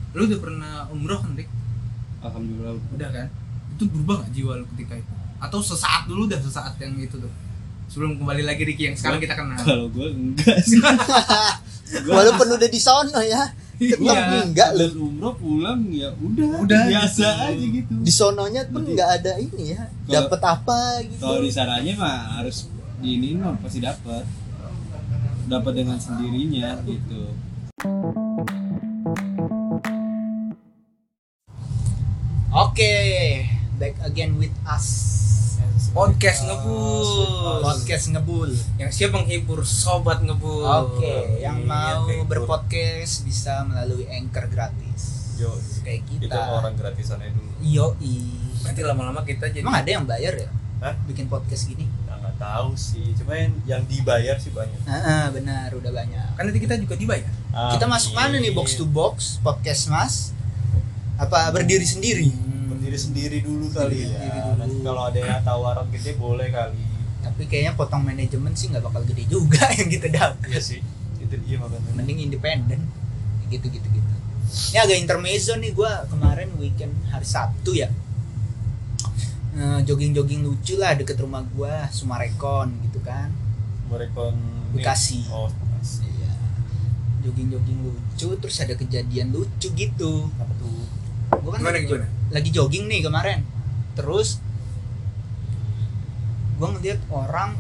Lu udah pernah umroh kan, Dik? Alhamdulillah. Udah kan? Itu berubah gak jiwa lu ketika itu? Atau sesaat dulu dah, sesaat yang itu tuh? Sebelum kembali lagi Ricky yang sekarang kita kenal. Kalau gue enggak sih. Walaupun udah di sono ya, tetap Iya. enggak Habis lu. umroh pulang ya udah biasa gitu. aja gitu. Di sononya pun Berarti- enggak ada ini ya. Kalau- Dapat apa gitu. Kalau di sananya mah harus di ini mah pasti dapat dengan sendirinya gitu. Oke, back again with us. Podcast ngebul. Podcast ngebul. Yang siap menghibur sobat ngebul. Oke, yang Iya, mau kayak gitu. berpodcast bisa melalui Anchor gratis. Yo, Kayak kita. itu orang gratisannya dulu. Yoi. Nanti lama-lama kita jadi. Emang ada yang bayar ya? Hah? Bikin podcast gini? Nah, nggak tahu sih, cuma yang dibayar sih banyak. Benar, udah banyak. Kan nanti kita juga dibayar. Kita masuk mana nih, box to box podcast Mas? Apa berdiri sendiri? Berdiri sendiri dulu kali Berdiri ya. dulu. Nanti kalau ada yang tawaran gede boleh kali. Tapi kayaknya potong manajemen sih nggak bakal gede juga yang kita dapat. Iya sih. Itu dia makanya. Mending independen. Gitu. Ini agak intermezzo nih, gue kemarin weekend hari Sabtu ya. Jogging lucu lah deket rumah gue, Sumarekon gitu kan. Merekon Bekasi. Oh, Bekasi. Iya. Jogging lucu, terus ada kejadian lucu gitu. Apa tuh? Gue kan Gimana? lagi jogging nih kemarin. Terus gue ngeliat orang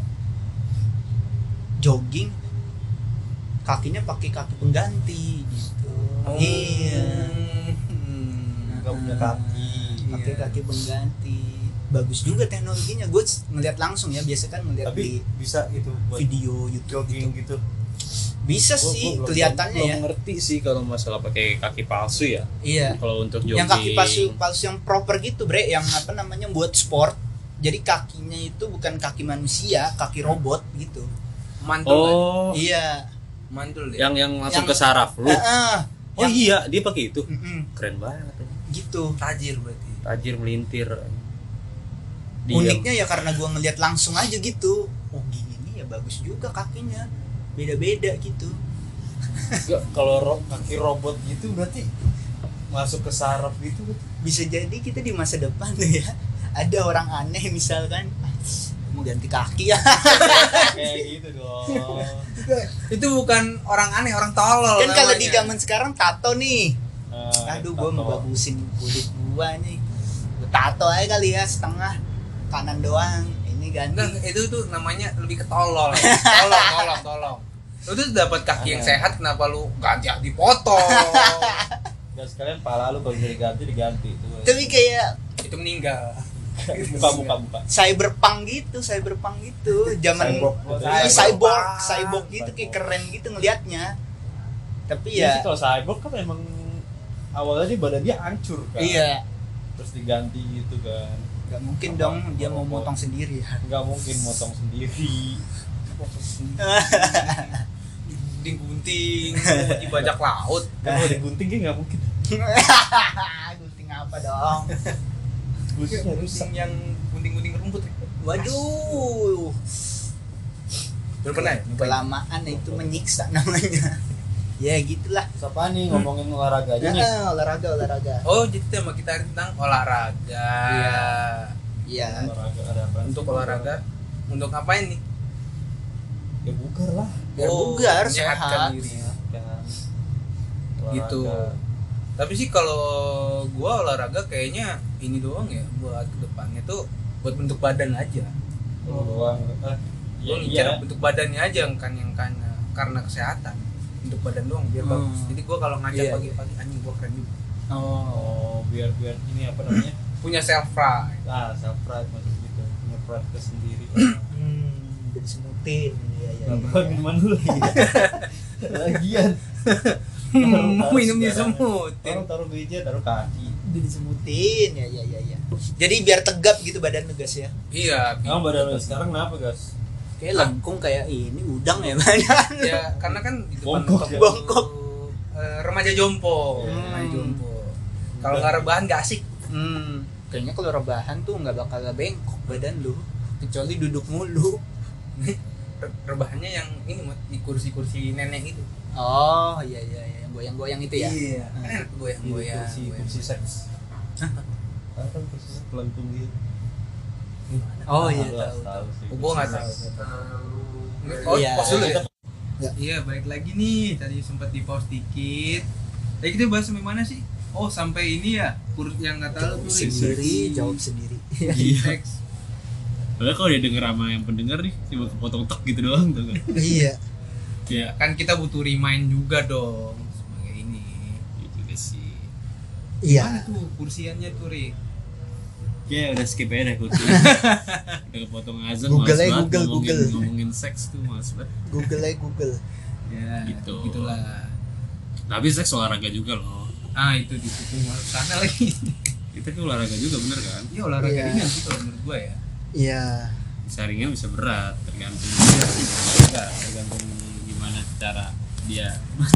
jogging kakinya pakai kaki pengganti gitu. Iya. Nggak punya kaki. Pakai Iya. kaki pengganti. Bagus juga teknologinya. Gue ngeliat langsung ya, biasa kan ngeliat Tapi di bisa itu buat video YouTube jogging gitu. gitu. Bisa Gua sih belum- kelihatannya ya. Belum ngerti sih kalau masalah pakai kaki palsu ya. Iya. Kalau untuk jogging. Yang kaki palsu yang proper gitu, Bre, yang apa namanya buat sport. Jadi kakinya itu bukan kaki manusia, kaki robot gitu. Mantul. Oh, Iya. Mantul deh. yang langsung Yang- ke saraf lu. Oh yang- iya, dia pakai itu. Mm-mm, Keren banget. gitu. Tajir berarti. Tajir melintir. Dia- Uniknya ya karena gua ngelihat langsung aja gitu. Oh gini ya bagus juga kakinya. Beda-beda gitu. Nggak, kalau kaki robot gitu berarti masuk ke saraf gitu. Bisa jadi kita di masa depan tuh ya. Ada orang aneh misalkan mau ganti kaki ya. Kayak gitu dong. Itu bukan orang aneh, orang tolol. Kan kalau di namanya. zaman sekarang tato nih. Nah, Aduh, gua tato. mau bagusin kulit gua nih. Gua tato aja kali ya, setengah kanan doang. Ini ganti. Enggak, itu tuh namanya lebih ke tolol. Tolong. Lu tuh dapat kaki yang sehat, kenapa lu ganti dipotong? Dan sekalian pala lu kalau diganti diganti itu. Tapi kayak Itu meninggal. Buka. cyberpunk gitu. Zaman cyborg gitu kayak keren gitu ngelihatnya. Tapi Iya sih, ya kalau cyborg kan emang awalnya dia badan dia hancur kan. iya, Terus diganti gitu kan. nggak mungkin dong dia mau motong sendiri ya. Nggak mungkin motong sendiri. Gunting, di bajak laut. Kan kalau digunting kayak nggak mungkin. Gunting apa dong? Guntingnya rusak. Gunting yang gunting rumput. Waduh, Belum pernah ya? kelamaan itu menyiksa namanya. Ya gitulah. Siapa nih ngomongin olahraga aja nih? Olahraga. Oh, jadi tema kita hari tentang olahraga. Iya. Olahraga ada apa? Untuk olahraga, untuk ngapain nih? Ya bugar lah. Biar bugar, menyehatkan sehat. diri. Kan. Gitu. Tapi sih kalau gua olahraga kayaknya ini doang ya, buat kedepannya tuh buat bentuk badan aja. Doang. Gua ngincer bentuk badannya aja kan yang karena kesehatan. Bentuk badan doang biar bagus. Jadi gua kalau ngajak Iya, pagi-pagi anjing gua keren juga. Oh, biar ini apa namanya? Punya self pride. Self pride maksud gitu. Punya pride ke sendiri. Jadi semutin. Iya. Apa minuman dulu lagi? Lagian. Mau minumnya semut. Taruh meja, taruh kaki. Jadi semutin. Ya. Jadi biar tegap gitu badan lu guys ya. Iya. Emang badan lu sekarang kenapa, Gas? Kayak lengkung kayak ini udang ya badan. Ya karena kan di depan Bongkok toko ya? Bongkok. Remaja jompo. Remaja jompo. Kalau nggak rebahan nggak asik. Kayaknya kalau rebahan tuh nggak bakal bengkok badan lu, kecuali duduk mulu. rebahannya yang ini Mut, di kursi-kursi nenek itu. Oh iya yang goyang-goyang itu ya. Iya. Kan goyang-goyang. kursi seks. Tahu kan kursi seks pelengkung gitu. Oh iya Tahu sih. Gua nggak tahu. Oh, Iya. pause dulu ya. Ya. Iya, balik lagi nih. Tadi sempat di pause dikit. Tadi kita bahas sampai mana sih? Oh, sampai ini ya. Yang nggak tahu tuh Sendiri jawab sendiri. Iya. seks. Padahal kalau dia denger sama yang pendengar nih cuma kepotong tek gitu doang tuh kan. Iya. Ya, Kan kita butuh remind juga dong sebagai ini. itu juga sih. Mana Iya. tuh kursiannya tuh, Ri? Ya udah skip aja deh kursi. Udah kepotong azan. Google males aja, banget Google. ngomongin seks tuh males banget. Google. Ya, Gitu. gitulah. Tapi seks olahraga juga loh. Ah, itu di situ sana lagi. Kita kan olahraga juga bener kan? Iya, olahraga Iya. ringan sih kalau menurut gua ya. Iya. Bisa ringan bisa berat tergantung tergantung gimana cara dia.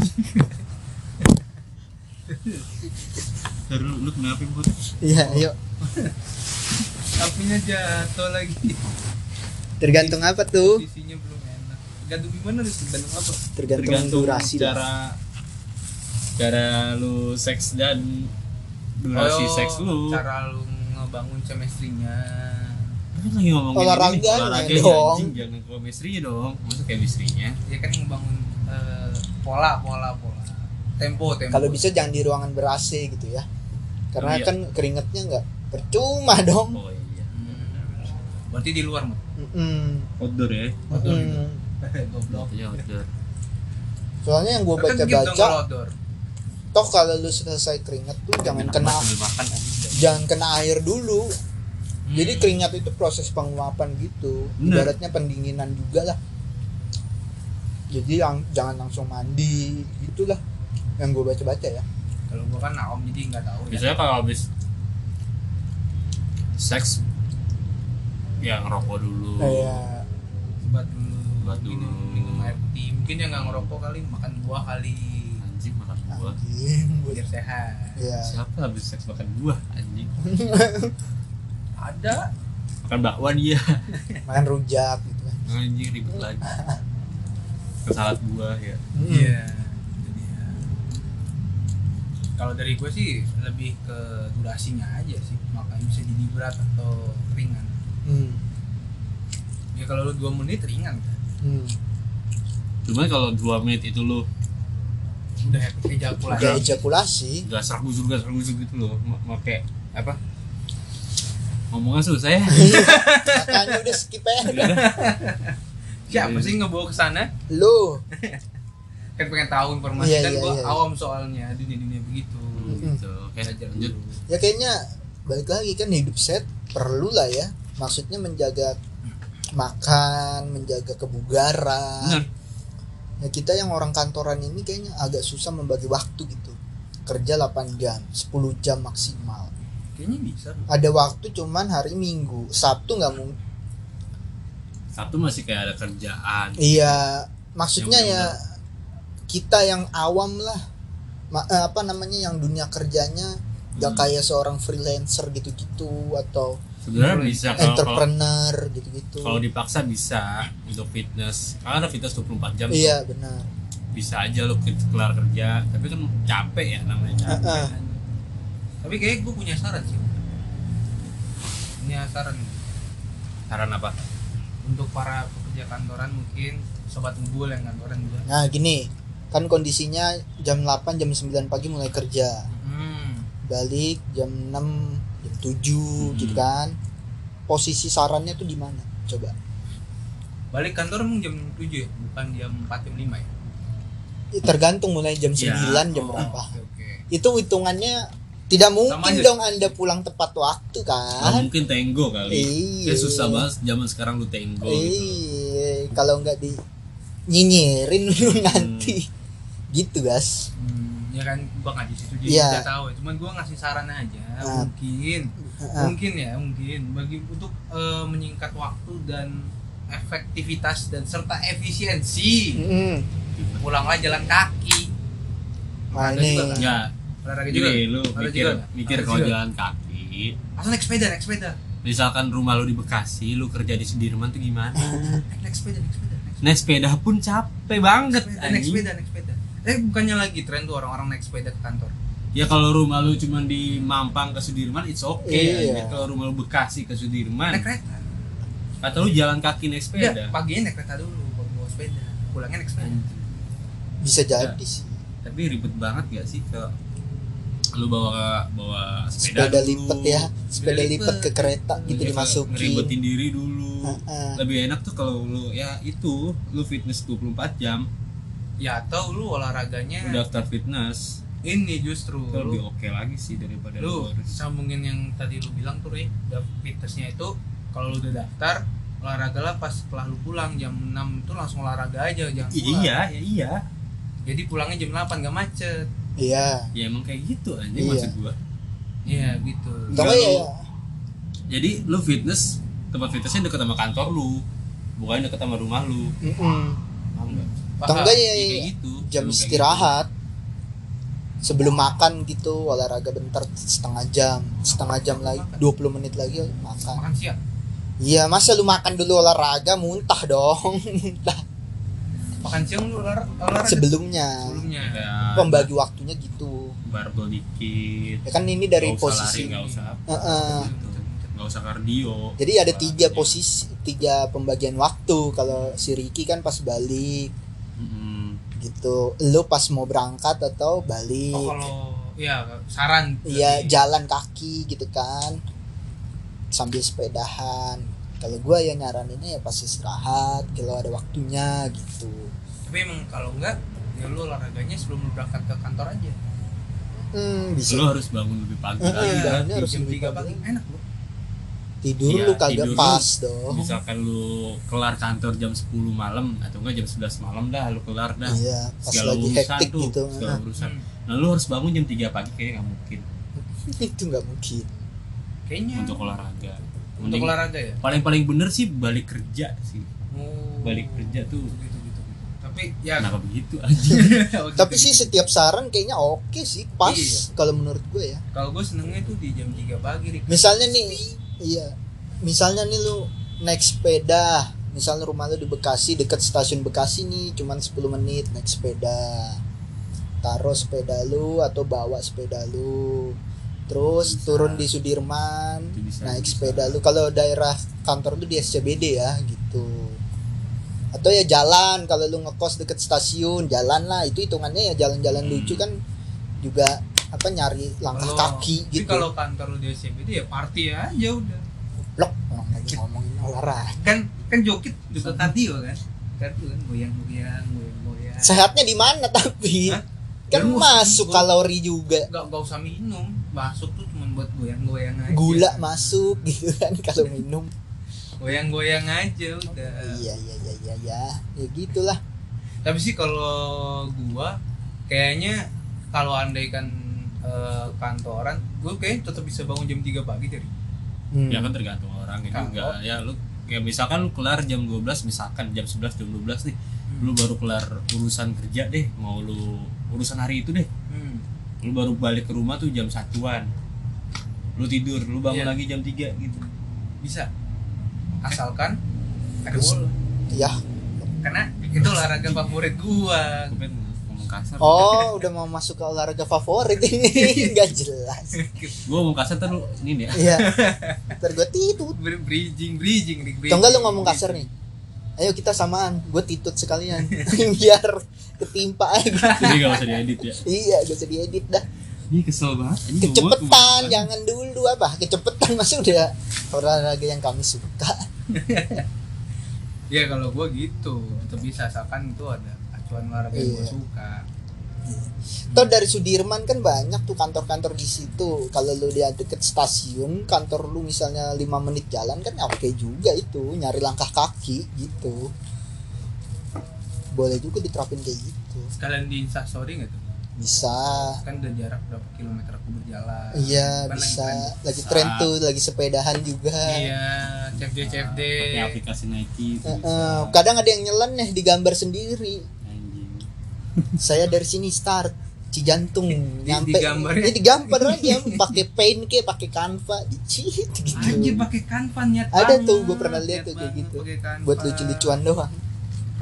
Terus lu kenapa buat? Iya, yuk. Apinya jatuh lagi. Tergantung apa tuh? Posisinya belum enak. Tergantung gimana nih? Tergantung apa? Tergantung durasi lah. cara lu seks dan durasi seks lu. Cara lu ngebangun chemistry-nya. Kan lagi ngomongin Olahraganya ini, dong. anjing, jangan chemistry-nya dong. Maksud chemistry-nya. Ya kan ngebangun pola. Tempo. Kalau bisa jangan di ruangan ber-AC gitu ya. Karena Oh, iya. kan keringetnya nggak percuma dong. Oh iya. Berarti di luar, Mut. Outdoor ya. Goblok. Iya outdoor. Soalnya yang gue Kan gitu dong kalau baca-baca, outdoor. toh kalau lu selesai keringet tuh jangan kena makan. jangan kena air dulu. Hmm. Jadi keringat itu proses penguapan gitu. Bener. Ibaratnya pendinginan juga lah. Jadi jangan langsung mandi gitulah. Yang gue baca-baca ya. Kalau gua kan awam jadi nggak tahu Biasanya kalau habis seks ya ngerokok dulu. Kayak Sebat dulu. Sebat dulu. Minum air putih. Mungkin yang nggak ngerokok kali makan buah kali. Anjing makan buah. anjing buat Biar sehat. ya. Siapa habis seks makan buah anjing? Ada. Makan bakwan dia. Makan rujak gitu kan. Anjing ribet lagi. Salad buah ya. Iya. Itu dia. Kalau dari gue sih lebih ke durasinya aja sih. Makanya bisa jadi berat atau ringan. Ya kalau lu 2 menit ringan kan. Cuman kalau 2 menit itu lu Udah ejakulasi. Kayak ejakulasi. gak serak gusur gitu loh. Make apa? Ngomongnya susah ya. Makanya udah skip aja. Siapa sih ngebawa ke sana? Lu. Kan pengen tahu informasi Iya, kan iya, gua iya. awam soalnya dunia begitu. Gitu. Oke, Belajar lanjut. dulu. Ya kayaknya balik lagi kan hidup set perlu lah ya. Maksudnya menjaga makan, menjaga kebugaran. Bener. Ya kita yang orang kantoran ini kayaknya agak susah membagi waktu gitu. Kerja 8 jam, 10 jam maksimal. Kayaknya bisa. Ada waktu cuman hari Minggu, Sabtu nggak mungkin. Sabtu masih kayak ada kerjaan. Iya, maksudnya Ya ya udah. kita yang awam lah. Apa namanya yang dunia kerjanya nggak kayak seorang freelancer gitu-gitu atau Sebenarnya bisa kalau entrepreneur gitu-gitu. kalau dipaksa bisa untuk fitness. Karena ada fitness 24 jam. Iya benar. Bisa aja lo kelar kerja, tapi kan capek ya namanya capek. Heeh. Tapi kayak gue punya saran sih. Punya saran Saran apa? untuk para pekerja kantoran mungkin sobat ngebul yang kantoran juga. Nah gini, kan kondisinya jam 8 jam 9 pagi mulai kerja, balik jam 6 jam 7 gitu kan. Posisi sarannya tuh di mana? Coba. Balik kantor emang jam 7 ya, bukan jam 4 jam 5 ya. Tergantung mulai jam 9 Ya. jam Oh, berapa. Oke. Itu hitungannya tidak mungkin aja. dong Anda pulang tepat waktu Nggak kan? mungkin tenggo kali. Iya. Ya susah banget zaman sekarang lu tenggo gitu. Iya, kalau nggak di nyinyirin lu nanti. Gitu, guys. Ya kan gua nggak di situ jadi Iya. nggak tahu. Cuman gua ngasih saran aja. Ah. Mungkin bagi untuk menyingkat waktu dan efektivitas dan serta efisiensi. Pulanglah jalan kaki. Mana? juga kan? Ya, Olahraga juga. gini lu Olahraga mikir juga. mikir Olahraga kalau juga. jalan kaki. Asal naik sepeda. Misalkan rumah lu di Bekasi, lu kerja di Sudirman tuh gimana? Naik sepeda. naik sepeda pun capek banget. Naik sepeda. Bukannya lagi tren tuh orang-orang naik sepeda ke kantor. Ya kalau rumah lu cuma di Mampang ke Sudirman, it's okay. Iya. Kalau rumah lu Bekasi ke Sudirman, Naik kereta. atau lu jalan kaki naik sepeda. Ya, paginya naik kereta dulu, bawa sepeda. Pulangnya naik sepeda. Bisa jadi sih. Tapi ribet banget gak sih ke lu bawa Sepeda dulu, lipat ya, sepeda lipat ke kereta gitu ya, dimasukin. ngeribetin diri dulu. Heeh. Lebih enak tuh kalau lu lu fitness 24 jam, Ya atau lu olahraganya lu daftar fitness. ini justru Itu lebih lu, oke lagi sih daripada lu harus. sambungin yang tadi lu bilang tuh Ray, fitnessnya itu kalau lu udah daftar olahraga lah pas setelah lu pulang jam 6 itu langsung olahraga aja jangan pulang. Iya. Jadi pulangnya jam 8 gak macet. Iya. Ya emang kayak gitu aja Iya. maksud gua. Iya gitu. Tapi ya Jadi lu tempat fitnessnya deket sama kantor lu, bukan deket sama rumah lu. Paham nggak? atau enggak ya, Ya, kayak gitu. jam Emang kayak istirahat sebelum makan gitu olahraga bentar setengah jam lagi 20 menit lagi makan. Makan siang. Iya, masa lu makan dulu olahraga muntah dong. Muntah Makan siang lu olahraga sebelumnya. sebelumnya. gitu. Ya, Pembagi waktunya gitu. barbel dikit. Ya kan ini dari Nggak usah posisi. lari, nggak usah apa. Heeh. Gitu. Nggak usah kardio. Jadi ada tiga pembagian waktu. Kalau si Ricky kan pas balik Mm-mm. gitu. Lu pas mau berangkat atau balik. Oh kalau ya saran Iya, dari- jalan kaki gitu kan. Sambil sepedahan. Kalau gua ya nyaraninnya ya pas istirahat kalau ada waktunya gitu. Tapi emang kalau enggak ya lu olahraganya sebelum lu berangkat ke kantor aja. Bisa. Lu harus bangun lebih pagi Heeh, lagi. iya. kan? Bangunnya harus jam lebih 3 pagi. pagi enak lu. Tidur Iya, lu kagak tidur lu pas dong. Misalkan lu kelar kantor jam 10 malam atau enggak jam 11 malam dah lu kelar dah. Iya, pas Segala lagi urusan hektik tuh, gitu. segala urusan. Hmm. Nah, lu harus bangun jam 3 pagi kayaknya nggak mungkin Itu nggak mungkin. Kayaknya untuk olahraga. untuk Mending- olahraga ya. paling bener sih balik kerja sih. Oh, Balik kerja tuh. gitu. Tapi ya Kenapa begitu aja? Oh, gitu, Tapi sih gitu. setiap saran kayaknya oke sih, pas Iya. kalau menurut gue ya. Kalau gue senengnya tuh di jam 3 pagi Rik. Misalnya nih, iya. Misalnya nih lu naik sepeda, misalnya rumah lu di Bekasi, dekat stasiun Bekasi nih, cuman 10 menit naik sepeda. Taruh sepeda lu atau bawa sepeda lu. Terus Bisa. turun di Sudirman, Itu bisa, naik bisa. sepeda lu. Kalau daerah kantor lu di SCBD ya gitu. Atau ya jalan, kalau lu ngekos deket stasiun, jalan lah, itu hitungannya ya jalan-jalan lucu kan juga apa nyari langkah Kalau- kaki tapi gitu. kalau kantor lu di SCBD ya party aja udah. Blok orang lagi ngomongin olahraga. Kan joget juga kardio kan. Kardio kan goyang. Sehatnya di mana tapi? Hah? Kan Ya, lu masuk gua- kalori juga. Gak usah minum, masuk tuh cuma buat goyang-goyang aja. Gula masuk gitu kan kalau minum. Goyang-goyang aja udah. Iya. Ya gitulah. Tapi sih kalau gua kayaknya kalau andaikan kantoran, gua kayaknya tetap bisa bangun jam 3 pagi dari. Ya kan tergantung orangnya Kalau- juga. Ya lu kayak misalkan lu kelar jam 12, misalkan jam 11 jam 12 nih. Lu baru kelar urusan kerja deh, mau lu urusan hari itu deh. Lu baru balik ke rumah tuh jam 1-an. Lu tidur, lu bangun Iya. lagi jam 3 gitu. Bisa. Asalkan ada Terus- bola. Ya. Karena itu olahraga favorit gua. Gue pengen ngomong kasar. Oh, udah mau masuk ke olahraga favorit ini. Enggak jelas. Gue ngomong kasar tuh lu ini nih ya. Iya. Ntar gue titut. Bridging. Atau enggak lu ngomong kasar nih? Ayo kita samaan, gue titut sekalian. Biar ketimpa aja. Jadi gak usah diedit ya. Iya, gak usah diedit dah. Ini kesel banget. Ini Kecepetan, jangan dulu apa? Kecepetan masuk udah olahraga yang kami suka. Ya kalau gua gitu, tetap bisa asalkan itu ada acuan olahraga yang gua Iya. suka. Toh dari Sudirman kan banyak tuh kantor-kantor di situ. Kalau lu dia deket stasiun, kantor lu misalnya 5 menit jalan kan ya oke juga itu, nyari langkah kaki gitu. Boleh juga diterapin kayak gitu. Sekalian di Instastory nggak tuh? Bisa. Kan udah jarak berapa kilometer aku berjalan. Iya, Kan bisa. Lagi Bisa. tren tuh, lagi sepedahan juga. Iya, CFD. Pakai aplikasi Nike itu Kadang ada yang nyelen nih digambar sendiri. Anjing. Saya dari sini start Cijantung nyampe digambar ya? ini digambar aja pakai paint ke pakai Canva dicit gitu. Anjir pakai Canva niat Ada banget. tuh, gua pernah lihat Niat tuh kayak banget gitu. pakai Canva. Buat lucu-lucuan doang.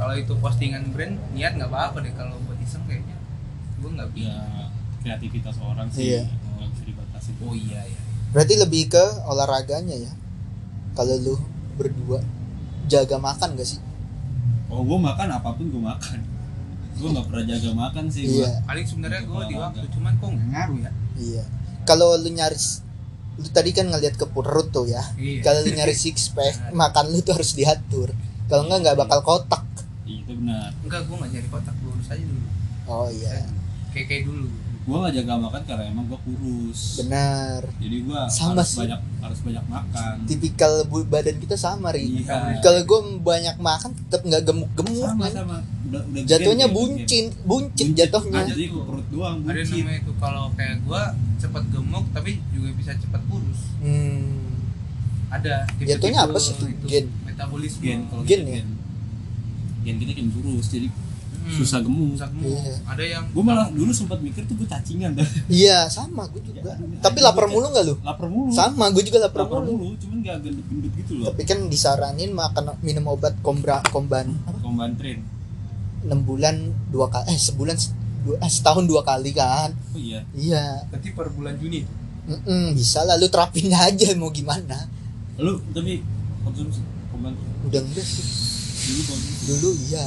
Kalau itu postingan brand niat nggak apa-apa deh, kalau buat iseng kayaknya gue nggak Ya bisa. kreativitas orang sih Iya. nggak bisa dibatasi. Oh iya ya. Berarti lebih ke olahraganya ya. Kalau lu berdua jaga makan gak sih? Oh, gue makan apapun gue makan. Gue nggak pernah jaga makan sih. Gua. Iya. Paling sebenarnya gue di waktu, Olahraga. cuman kok nggak ngaruh ya. Iya. Kalau lu nyaris, lu tadi kan ngeliat ke perut tuh ya. Iya. Kalau lu nyari six pack, makan lu tuh harus diatur. Kalau enggak bakal kotak. Iya, itu benar. Enggak, gue nggak nyari kotak, lurus aja dulu. Oh iya, Kayak dulu. Gue nggak jaga makan karena emang gue kurus. benar. Jadi gue Sama harus sih. banyak makan. Tipikal badan kita sama, Ri. Iya. Kalau gue banyak makan tetap nggak gemuk-gemuk kan. Sama. Udah Jatuhnya gede, buncit Buncit jatuhnya. Jadi ke perut doang Ada yang buncit. namanya itu, kalau kayak gue cepat gemuk tapi juga bisa cepat kurus. Ada. Jatuhnya apa sih tuh? Gen. Metabolisme. Gen kalau Gen kita ya? Gen kita kan kurus jadi Hmm, susah gemuk. susah gemuk. Iya. Ada yang Gue malah dulu sempat mikir tuh gue cacingan dah. Iya, sama gue juga. Ya, Tapi ada lapar juga. mulu nggak lu? Lapar mulu. Sama, gue juga lapar Lapar mulu. mulu, cuman gak gendut-gendut gitu loh. Tapi kan disaranin makan minum obat komban apa? Kombantrin. 6 bulan 2 kali setahun 2 kali kan. Oh iya. Iya. berarti per bulan Juni. Bisa lah, lu terapin aja mau gimana. Lu tapi konsumsi kombantrin Udah enggak sih. dulu konsumsi. Dulu iya.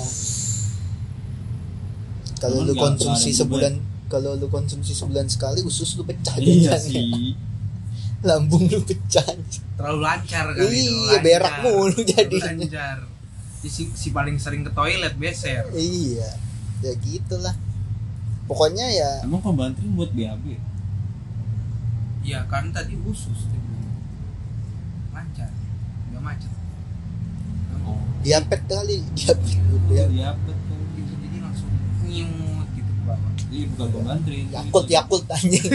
Kalau Cuman lu nggak konsumsi ada sebulan, kalau lu konsumsi sebulan sekali usus lu pecah Iya jangan. sih. Lambung lu pecah. Terlalu lancar kali. Iya, terlalu lancar. berak mulu Terlalu jadinya. lancar. Si paling sering ke toilet beser. Iya. Ya gitulah. Pokoknya ya Emang kombantrin buat BAB? Iya kan tadi usus tuh. Lancar. Enggak macet. Oh. diapet kali, diapet. Iya, betul. Gitu, jadi langsung nyut gitu ke bawah. Iya, bukan kombantrin. Yakult anjing.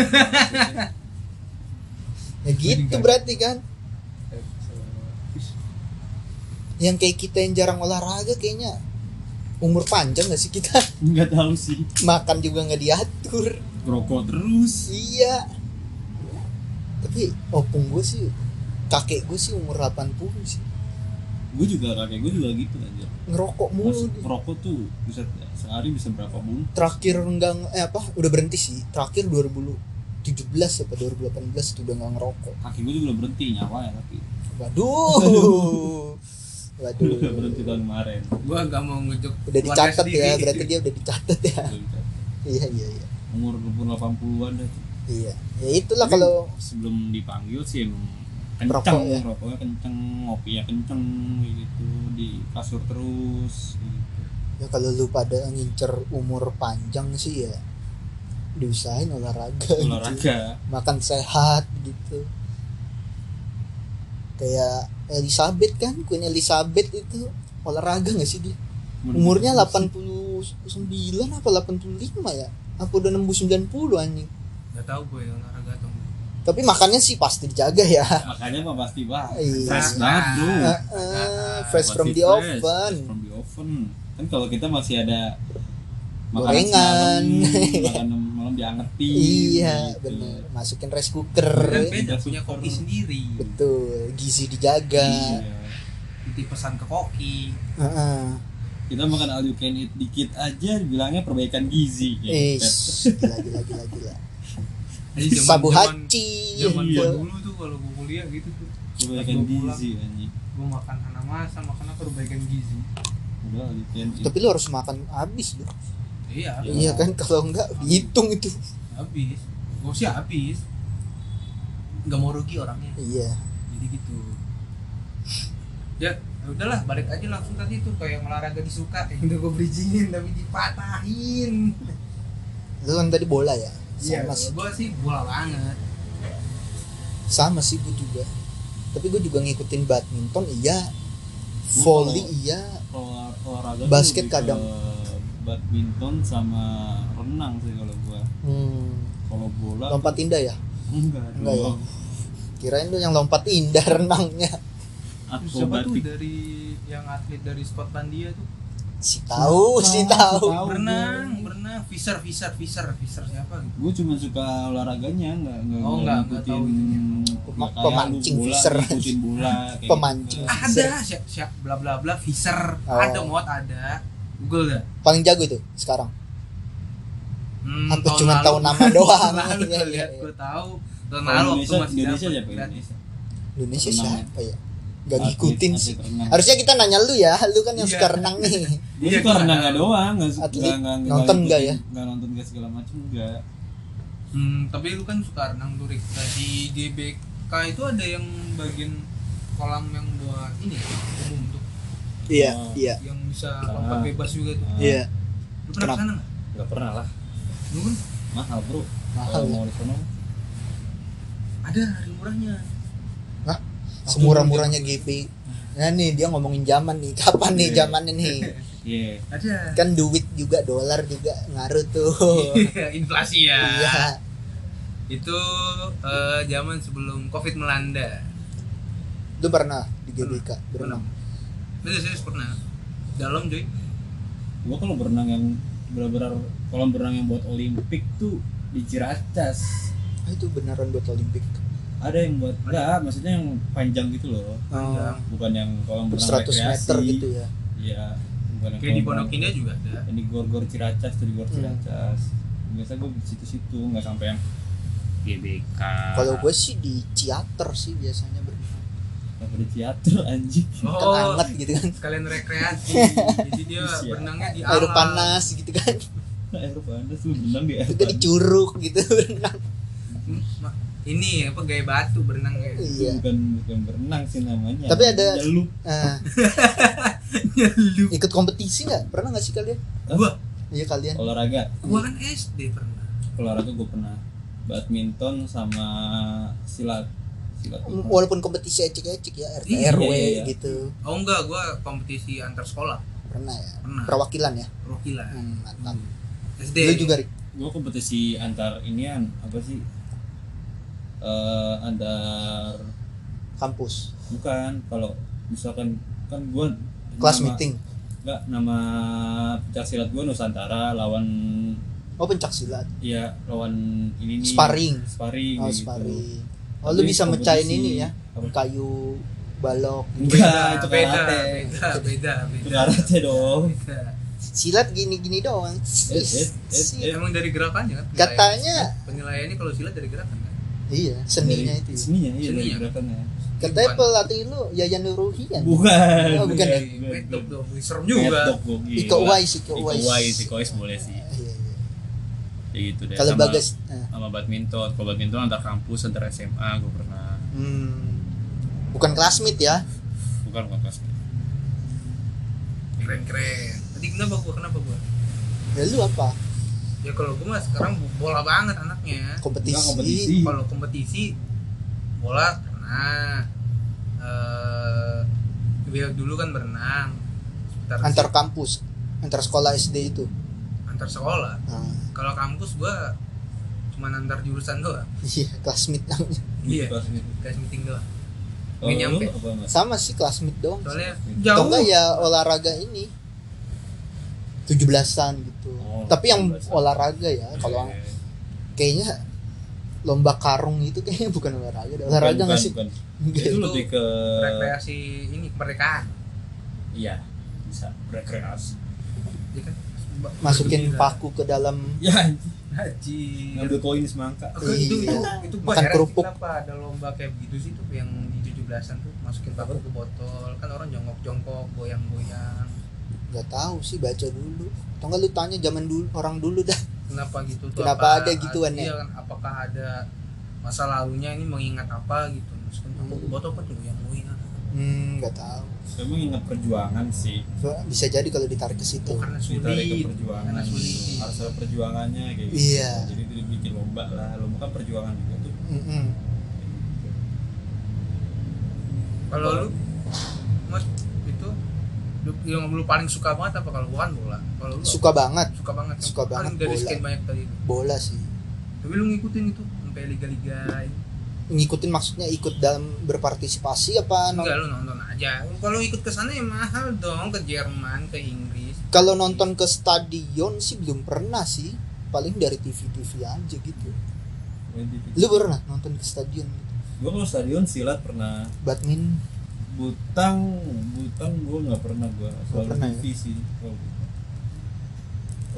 Ya gitu berarti kan. Yang kayak kita yang jarang olahraga kayaknya umur panjang gak sih kita? Enggak tahu sih. Makan juga gak diatur. Rokok terus. Iya. Tapi opung gue sih, kakek gue sih umur 80 sih. Gue juga kakek gue juga gitu aja. Ngerokok mulu Mas dia. rokok tuh bisa sehari bisa berapa bungkus? Terakhir udah berhenti sih. Terakhir 2017 apa 2018 itu udah gak ngerokok. Kaki gue juga udah berhenti nyawa ya tapi Waduh. Waduh. udah berhenti tahun kemarin. Gua enggak mau ngejok. Udah keluarga dicatat ya, sendiri. berarti dia udah dicatat ya. Iya. Umur 80-an dah. Iya. Ya itulah Tapi kalau sebelum dipanggil sih emang Merokok kenceng, ya? rokoknya kenceng, ngopinya kenceng gitu, di kasur terus gitu. ya kalau lu pada ngincer umur panjang sih ya diusahain olahraga. Gitu. Olahraga. Makan sehat gitu. Kayak Elizabeth kan, Queen Elizabeth itu olahraga gak sih dia? Umurnya 89 apa 85 ya? Apa udah nembus 90 anjing? Enggak tahu gue olahraga atau enggak. Tapi makannya sih pasti dijaga ya. Makanya mah pasti Iya. fresh banget bro. Fresh from Pasti the fresh, oven. fresh from the oven. Kan kalau kita masih ada Gorengan. makan malam diangetin. Iya, gitu. bener. Masukin rice cooker. Kan beda Udah punya super. kopi sendiri. Betul, gizi dijaga. Iya. Titip pesan ke koki. Heeh. Kita makan all you can eat dikit aja bilangnya perbaikan gizi gitu. Gila. Jadi Sabu haci. Zaman gitu. gua dulu tuh kalau gua kuliah gitu tuh. Perbaikan Pas gua pulang, gizi anjing. Gua makan hanamasa, makan apa perbaikan gizi. Udah all you can eat. Tapi lu harus makan habis loh. Iya, Iya kan, kalau enggak dihitung itu. habis. Gua sih habis. Enggak mau rugi orangnya. Iya. Jadi gitu. Ya, udahlah balik aja langsung tadi tuh kayak olahraga disuka yang udah gue bridgingin tapi dipatahin. Lu kan tadi bola ya? Iya, Sama sih. gue sih bola banget. Sama sih gue juga. Tapi gue juga ngikutin badminton iya. Volley iya. Kalau olahraga Basket tuh lebih ke kadang. badminton sama renang sih kalau gua. Kalau bola Lompat indah ya? enggak Enggak ya? dong. Kirain lu yang lompat indah renangnya. Siapa tuh Akrobatik. dari yang atlet dari Skotlandia tuh? Si tahu. Tahu. Berenang, Fisher siapa gitu? Gue cuma suka olahraganya, Oh, enggak tahu itunya. nggak kayak Pemancing lu bola, Fisher. ngikutin bola kayak Pemancing. gitu. Ada siap bla bla bla Fisher. Oh. Ada mod ada. Google dah. Paling jago itu sekarang. Apa Tahun cuma lalu. tahu nama doang? Tahun lalu Iya, gua iya, lihat, iya. gua tahu. Tahun Kalau lalu waktu Indonesia masih Indonesia dapat siapa gratis. Indonesia? Indonesia Renang. siapa ya? Gak Atlet- ngikutin sih. atlet renang. Harusnya kita nanya lu ya, lu kan yang Iya. suka renang nih. Gue Iya, suka gua renang tahu. doang, Atlet nonton nggak ya? Nggak nonton nggak segala macam enggak. Tapi lu kan suka renang tuh, Rik. Nah, di GBK itu ada yang bagian kolam yang buat ini ya, umum tuh, Iya, Oh. iya, yang bisa Ah. lompat bebas juga tuh. iya. Lu pernah Kenapa? kesana nggak? Nggak pernah lah. Lu kan Mahal bro. Mahal Kalau ya? mau di sono. ada hari murahnya. Hah? Semurah-murahnya GP. Nah nih dia ngomongin zaman nih, kapan nih Iya. zamannya nih? Iya. Ada. Kan duit juga, dolar juga ngaruh tuh. Inflasi ya. Iya. Itu zaman sebelum Covid melanda. Lu pernah di GBK berenang? Bener serius pernah. Dalam cuy. Gua kalau berenang yang benar-benar kolam berenang yang buat Olimpik tuh di Ciracas. Ah, itu beneran buat Olimpik. Ada yang buat enggak, maksudnya yang panjang gitu loh. Oh, Bukan yang kolam berenang 100 rekreasi. meter gitu ya. Iya, bukan yang Kayak di kolam Pondok berenang. Indah juga ada. Yang di Gor-Gor Ciracas tuh, di Gor Ciracas. Biasa gue di situ-situ, nggak sampai yang GBK. Kalau gue sih di Ciater sih biasanya berenang. sampai di teater anjing. Kan hangat gitu kan. Sekalian rekreasi. Jadi dia Iya. berenangnya di Air alam. panas gitu kan. Air panas lu berenang di air Juga di panas. curug gitu berenang. Ini apa gaya batu berenangnya. Iya. Bukan berenang sih namanya. Tapi ada- Nyelup. Lu Ikut kompetisi nggak? Pernah nggak sih kalian? gua Iya kalian. Olahraga. gua kan SD pernah. Olahraga gue pernah. Badminton sama silat. Silat. gua pernah. Walaupun kompetisi ecek-ecek ya, RT Iya, RW iya. gitu. Oh enggak, gua kompetisi antar sekolah. Pernah ya. Pernah. Perwakilan ya. Perwakilan. Mantap. SD. Lu juga Rik? Gue kompetisi antar inian apa sih? Antar Kampus. bukan kalau misalkan kan gue Kelas meeting. Enggak, nama pencak silat gue Nusantara lawan Oh pencak silat. ya lawan ini nih Sparring. sparring Oh kayak gitu. sparring. Oh lu Tapi bisa mecahin kompetisi. ini ya. Apa? Kayu balok gitu. Enggak, itu beda, karate. beda. Itu karate dong. Beda. Silat gini-gini doang. Emang dari gerakannya kan? Katanya penilaiannya kalau silat dari gerakan kan? iya, seninya itu. Ya. Seninya iya dari Seninya. gerakannya. Katanya Bukan. pelatih lu Yayan Nuruhian. Bukan. Oh, bukan ya? Laptop dong, serem juga. Laptop gua, iya. Iko Uwais, Iko Iko Uwais. Uwais, Iko Uwais boleh sih. Iya, iya. Ya gitu deh. Kalau Sama- Bagas sama badminton. Kalau badminton antar kampus, antar SMA gue pernah. bukan classmate ya. Bukan kelas. Keren. Tadi kenapa gua? Ya lu apa? Ya kalau gua mah sekarang bola banget anaknya. Kompetisi. Enggak, kompetisi. Kalau kompetisi bola karena dulu kan berenang. Antar kampus, antar sekolah SD itu. antar sekolah. Nah, Kalau kampus gua cuma antar jurusan doang. iya, classmate namanya. Iya. Kelas ini. Guys meeting doang. Kalau Nggak nyampe. lu apa Mas? Sama sih classmate doang. Soalnya Atau jauh. enggak ya olahraga ini 17-an gitu. Oh, Tapi yang 17-an. olahraga ya, kalau kayaknya lomba karung itu kayaknya bukan olahraga, ada olahraga nggak sih? Bukan. Enggak. Itu Itu lebih ke rekreasi ini kemerdekaan. iya, bisa rekreasi. Ya kan? Masukin Gila. paku ke dalam Ya, Haji. ngambil koin semangka. Oke, itu Iya. gua Makan heran kerupuk. kenapa ada lomba kayak begitu sih tuh yang di 17-an tuh masukin paku ke botol. Kan orang jongkok-jongkok, goyang-goyang. nggak tahu sih, baca dulu. Atau enggak lu tanya zaman dulu orang dulu dah. Kenapa gitu tuh? Kenapa ada gituan ya? Iya kan, apakah ada masa lalunya ini mengingat apa gitu. Masukin paku ke botol kan goyang-goyang. Nggak tahu. Emang ingat perjuangan sih. Bisa jadi kalau ditarik ke situ. Oh, karena Ditarik ke sulit. perjuangan. Karena sulit. gitu. Harus ada perjuangannya kayak gitu. Iya. Jadi itu dibikin lomba lah. Lomba kan perjuangan juga tuh. Mm-mm. Kalau lu Mas itu yang lu paling suka banget apa kalau bukan bola? Kalau lu Suka banget suka banget. Yang Suka paling banget dari bola. sekian banyak tadi itu. bola sih. Tapi lu ngikutin itu sampai liga-liga ini. Ngikutin maksudnya ikut dalam berpartisipasi apa? Enggak, lu nonton aja. Kalau ikut ke sana ya mahal dong, ke Jerman, ke Inggris. Kalau nonton ke stadion sih belum pernah sih. Paling dari TV aja gitu. Lu pernah nonton ke stadion gitu? Gua kalau stadion silat pernah. Badminton. Butang gua nggak pernah gua. Soal pernah TV sih. Oh,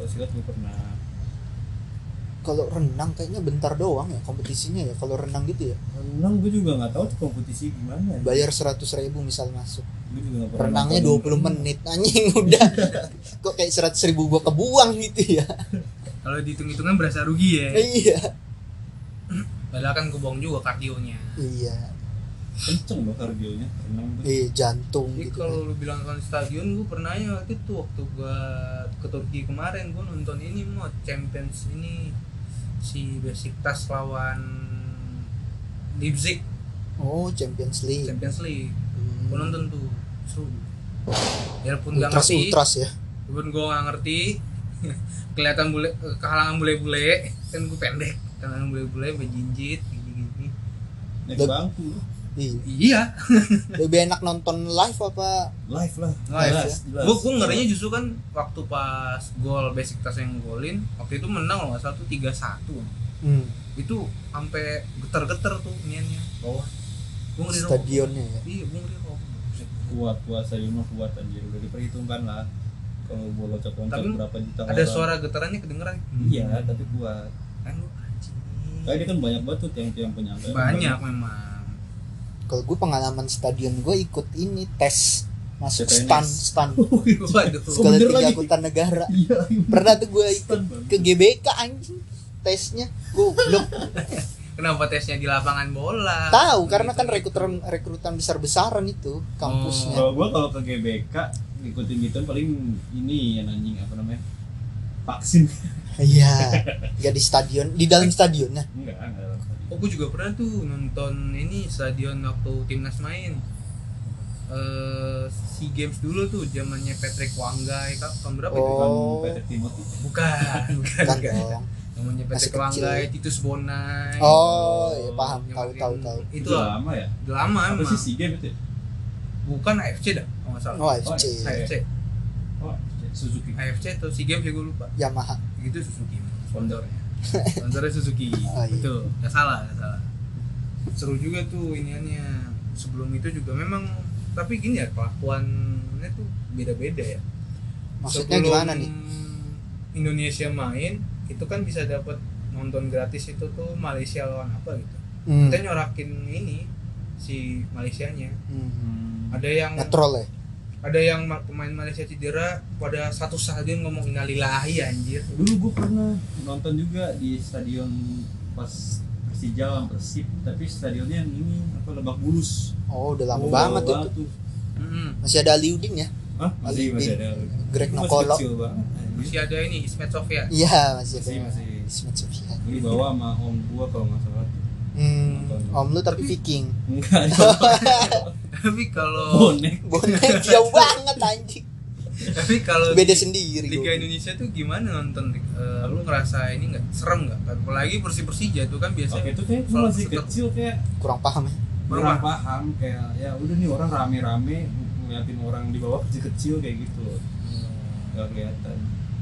Kalau silat gue pernah. Kalau renang kayaknya bentar doang ya kompetisinya ya. Kalau renang gitu ya. Renang gue juga nggak tahu tuh kompetisi gimana. Bayar 100.000 misal masuk. Gue juga nggak pernah. Renangnya nonton. 20 menit anjing udah. Kok kayak 100.000 gua kebuang gitu ya. Kalau dihitung-hitungan berasa rugi ya. Iya. Padahal kan kebuang juga kardionya. Iya. Kenceng loh kardionya renang tuh. Jantung Jadi gitu kalau kan. lu bilang nonton stadion, gue pernah ya waktu itu waktu gua ke Turki kemarin, gue nonton ini mau Champions ini si Besiktas lawan Leipzig Oh, Champions League. Champions League. Gue Hmm. nonton tuh seru. Biarpun nggak Ultras ngerti, ultras ya. walaupun gue nggak ngerti, kelihatan bule kehalangan bule-bule kan gue pendek, kehalangan bule-bule bejinjit gini-gini. Naik Lep- bangku Iya. Iya, Lebih enak nonton live apa? live lah. Live Jelas, jelas. gue ngerinya justru kan waktu pas gol Besiktas yang golin waktu itu menang kalau nggak salah tuh 3-1 itu sampai getar-getar tuh niannya bawah. Gue ngeri rokok. Stadionnya ya. Iya, gue ngeri rokok. Kuat puasa di rumah kuat anjir udah diperhitungkan lah. Kalau bola Tapi loncat berapa juta Ada orang. suara getarannya kedengeran. Iya, tapi kuat. Kan lu anjing. Kayak dia kan banyak banget tuh tiang-tiang penyangga. Banyak memang. Kalau gue pengalaman stadion gue ikut ini tes masuk CPNS. stan Waduh. sekolah bener 3 lagi? angkutan negara. Iya. Pernah tuh gue ikut Stan, Bang. ke GBK anjing tesnya. Goblok. Kenapa tesnya di lapangan bola? Tahu karena kan rekrutan besar-besaran itu kampusnya. Kalau gua kalau ke GBK ngikutin gitu paling ini yang anjing apa namanya? Vaksin. Iya. Enggak di stadion, di dalam stadionnya. Enggak. Oh, gue juga pernah tuh nonton ini stadion waktu timnas main. SEA Games dulu tuh zamannya Patrick Wanggai tahun berapa itu? Oh. Kan Peter Timothy. Bukan. Kan dong. Zamannya Masih Patrick kecil. Wanggai, Titus Bonai. Oh, iya paham, Yang- tahu. Itu Udah lama ya? udah lama Apa emang. sih SEA Games itu? Ya? Bukan AFC dah, kalau nggak salah. Oh, AFC. Oh, AFC. Oh, Suzuki. AFC atau SEA Games ya gue lupa. Yamaha. Gitu Suzuki sponsornya. Sponsornya Suzuki. Oh, iya. Betul, nggak salah. Seru juga tuh iniannya. Sebelum itu juga memang tapi gini ya kelakuannya tuh beda-beda ya. Maksudnya Sebelum gimana nih? Indonesia main itu kan bisa dapat nonton gratis itu tuh Malaysia lawan apa gitu. Hmm. Kita nyorakin ini si Malaysianya. Hmm. Ada yang Netrol ya. ada yang pemain Malaysia cedera pada satu stadion ngomong innalillahi anjir. Dulu gue pernah nonton juga di stadion pas Persija lawan Persib, tapi stadionnya yang ini apa Lebak Bulus. Oh, udah lama Oh, banget tuh. tuh. Masih ada Aliudin ya? Hah? Masih ada. Greg Itu masih Nokolo. kecil banget. anjir. Masih ada ini Ismet Sofyan. Iya, masih ada. Masih. Ismet Sofyan. Gue dibawa sama om gua kalau nggak salah. Om lu tapi Viking. Enggak, Tapi kalau bonek. Bonek jauh banget anjing. tapi kalau Beda di sendiri. Liga gua. Indonesia tuh gimana nonton? Lu ngerasa ini nggak serem nggak? Apalagi Persija tuh kan biasa. Oke itu kayak gua masih kecil kayak Kurang paham ya. kurang paham kayak ya udah nih orang rame-rame ngeliatin orang di bawah kecil-kecil kayak gitu loh. Nggak kelihatan.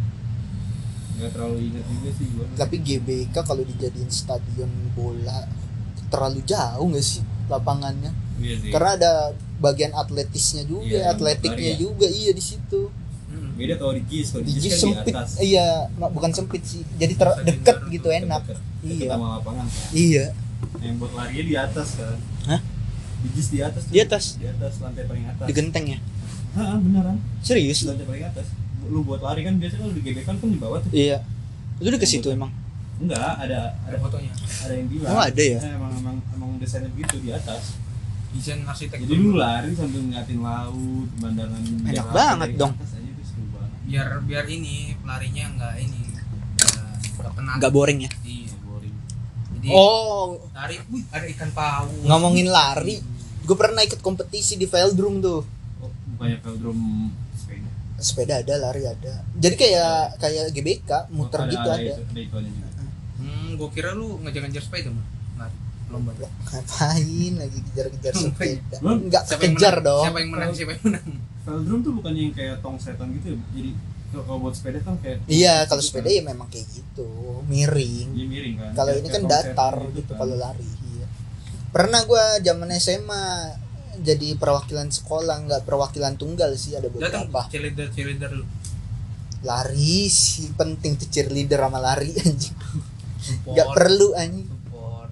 Nggak terlalu ingat juga sih gua. Tapi GBK kalau dijadiin stadion bola terlalu jauh nggak sih lapangannya? Iya sih. Karena ada bagian atletisnya juga, Iya, atletiknya lari ya. juga iya di situ. Beda kalau di JIS, kalau Di di JIS JIS kan sempit, di atas. iya, bukan sempit sih. Jadi Bisa dekat digaruk gitu tuh, enak. Deket Iya. sama lapangan kan. Iya. Yang buat larinya di atas kan. Hah? Di JIS di atas tuh. Di atas? Di atas lantai paling atas. Di genteng ya? Heeh, beneran. Serius? Di lantai paling atas. Lu buat lari kan biasanya kalau di GBK kan di bawah tuh. Iya. Lu udah ke situ emang? Enggak, ada Ada fotonya. ada yang bilang. Oh, ada ya? Emang desainnya begitu di atas. Desain arsitektur. Jadi lu lari sambil ngeliatin laut, pemandangan Enak Jakarta banget dari dong. atas aja itu seru banget. biar ini pelarinya nggak ini nggak penat. Nggak boring ya? Iya, boring. Jadi Oh, lari, wih, ada ikan paus. ngomongin lari, gue pernah ikut kompetisi di Veldrum tuh. Oh, bukannya velodrome sepeda. Sepeda ada, lari ada. Jadi kayak GBK muter gitu ada. Ada ituannya juga. Gue kira lu ngejar-ngejar sepeda mah. Lari lomba. Ngapain lagi kejar-kejar sepeda? Belum. Enggak Siapa yang kejar menang? dong. Siapa yang menang? Siapa yang menang? Velodrome tuh bukannya yang kayak tong setan gitu ya? Jadi kalau buat sepeda kan kayak Iya, kalau gitu sepeda kan. ya memang kayak gitu, miring. Iya miring kan. Kalau Kayak- ini kayak kan tong setan datar gitu kan. kalau lari. Iya. Pernah gua zaman SMA jadi perwakilan sekolah, nggak perwakilan tunggal sih, ada Datang beberapa. cheerleader lu. Lari sih penting tuh, cheerleader sama lari anjing. Support. Gak perlu anjing. Support.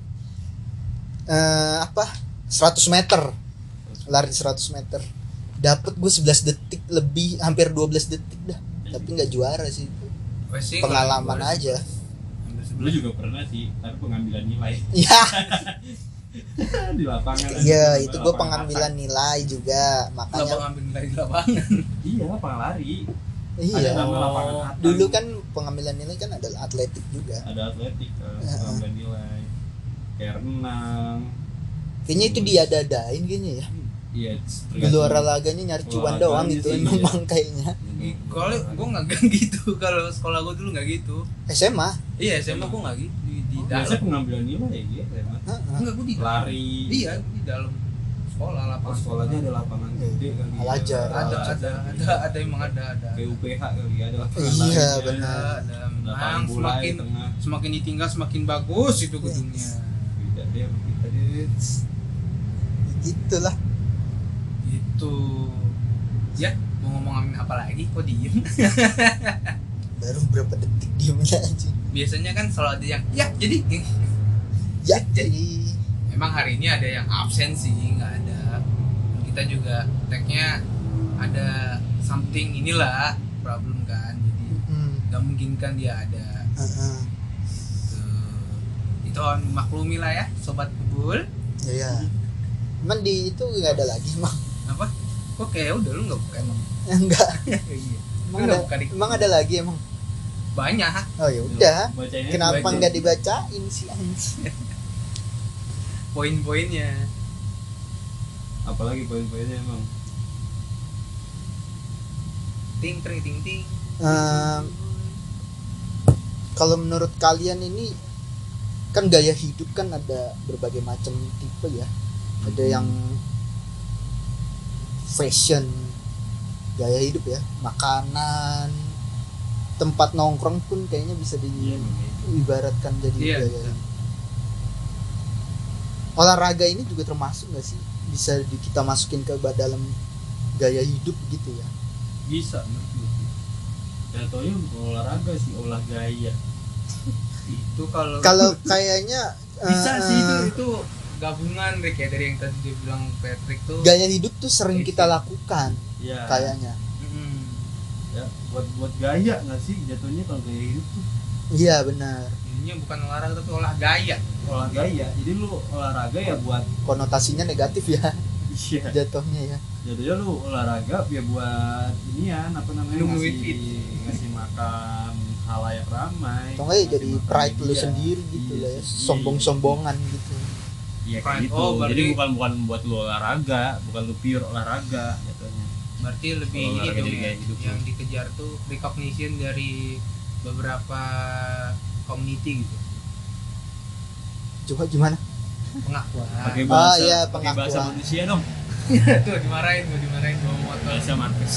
100 meter. Lari 100 meter. Dapat gue 11 detik lebih, hampir 12 detik dah. Tapi nggak juara sih. Racing Pengalaman lah, aja. Lu juga pernah sih, tapi pengambilan nilai Iya. di lapangan. Iya, itu gue pengambilan nilai juga. Kenapa Makanya ngambil nilai di lapangan? Iya, lapangan lari. iya. Ada nama lapangan atas. Dulu kan pengambilan nilai kan adalah atletik juga. Ada atletik, pengambilan nilai. Kayak renang. Kayaknya itu diada-adain kayaknya ya. Iya, Dulu olahraganya nyari cuan doang itu sih, memang kayaknya. Kalau gue nggak gitu, kalau sekolah gue dulu nggak gitu. SMA. Iya, SMA gue nggak gitu di Biasanya dalam. pengambilan nilai ya gitu ya, Mas. Enggak, gue di dalam. Lari. Iya, gua di dalam sekolah Pas lapangan. sekolahnya ada lapangan gede kali. ya. Al-Azhar. Ada emang ada. Kayak UPH kali ya, ada lapangan Iya, lari. benar. Ada. Lapangan Memang bola di semakin tengah. semakin ditinggal semakin bagus itu gedungnya. Beda deh sama kita deh. Gitulah. Gitu. Ya, mau ngomongin apa lagi? Kok diem? Baru berapa detik diamnya anjing. Biasanya kan selalu ada yang ya jadi Ya jadi memang hari ini ada yang absen sih, nggak ada. Kita juga tag-nya ada something inilah problem kan, jadi nggak mungkin kan dia ada. Tuh. Itu maklumi lah ya sobat kebul. Iya. Cuman di itu nggak ada lagi emang. Apa kok kayak udah lu nggak buka emang? Enggak. Iya. Emang Lu nggak ada, buka di emang ada lagi emang. banyak. Oh ya udah. Bacanya Kenapa baca. nggak dibacain sih anjing? Poin-poinnya. apalagi poin-poinnya emang. Ting ting ting ting. Kalau menurut kalian ini kan gaya hidup kan ada berbagai macam tipe ya. Ada yang fashion, gaya hidup ya, makanan, tempat nongkrong pun kayaknya bisa diibaratkan jadi Iya, gaya bisa. hidup. Olahraga ini juga termasuk nggak sih, bisa kita masukin ke dalam gaya hidup gitu ya? Bisa menurut gue sih. Jatuhnya olahraga sih, olah gaya. Itu kalau Kalau kayaknya bisa sih itu gabungan Rick ya, dari yang tadi dia bilang Patrick tuh. gaya hidup tuh sering Fashion. kita lakukan Iya. kayaknya. Mm. Ya, buat gaya nggak sih jatuhnya kalau gaya hidup tuh Iya benar. Ininya bukan olahraga tapi olah gaya. olah gaya. Jadi lu olahraga ya buat Konotasinya negatif ya iya. jatuhnya ya. Jadinya lu olahraga ya buat inian apa namanya Lu ngasih makan halayak ramai. Atau nggak ya ngasih jadi makan pride lu media. sendiri gitu Iya, lah ya, iya, sombong-sombongan gitu. Iya Pride. kayak gitu. Oh, berarti- Jadi bukan buat lu olahraga, bukan lu pure olahraga jatuhnya. Berarti lebih Kalau ini olahraga dong jadi ya, gaya hidup yang tuh. dikejar tuh recognition dari beberapa community gitu. Coba gimana? Pengakuan. Pakai Ah, bahasa, iya, pakai bahasa pengakuan. manusia dong. Tuh dimarahin bawa motor. Bahasa Marquez.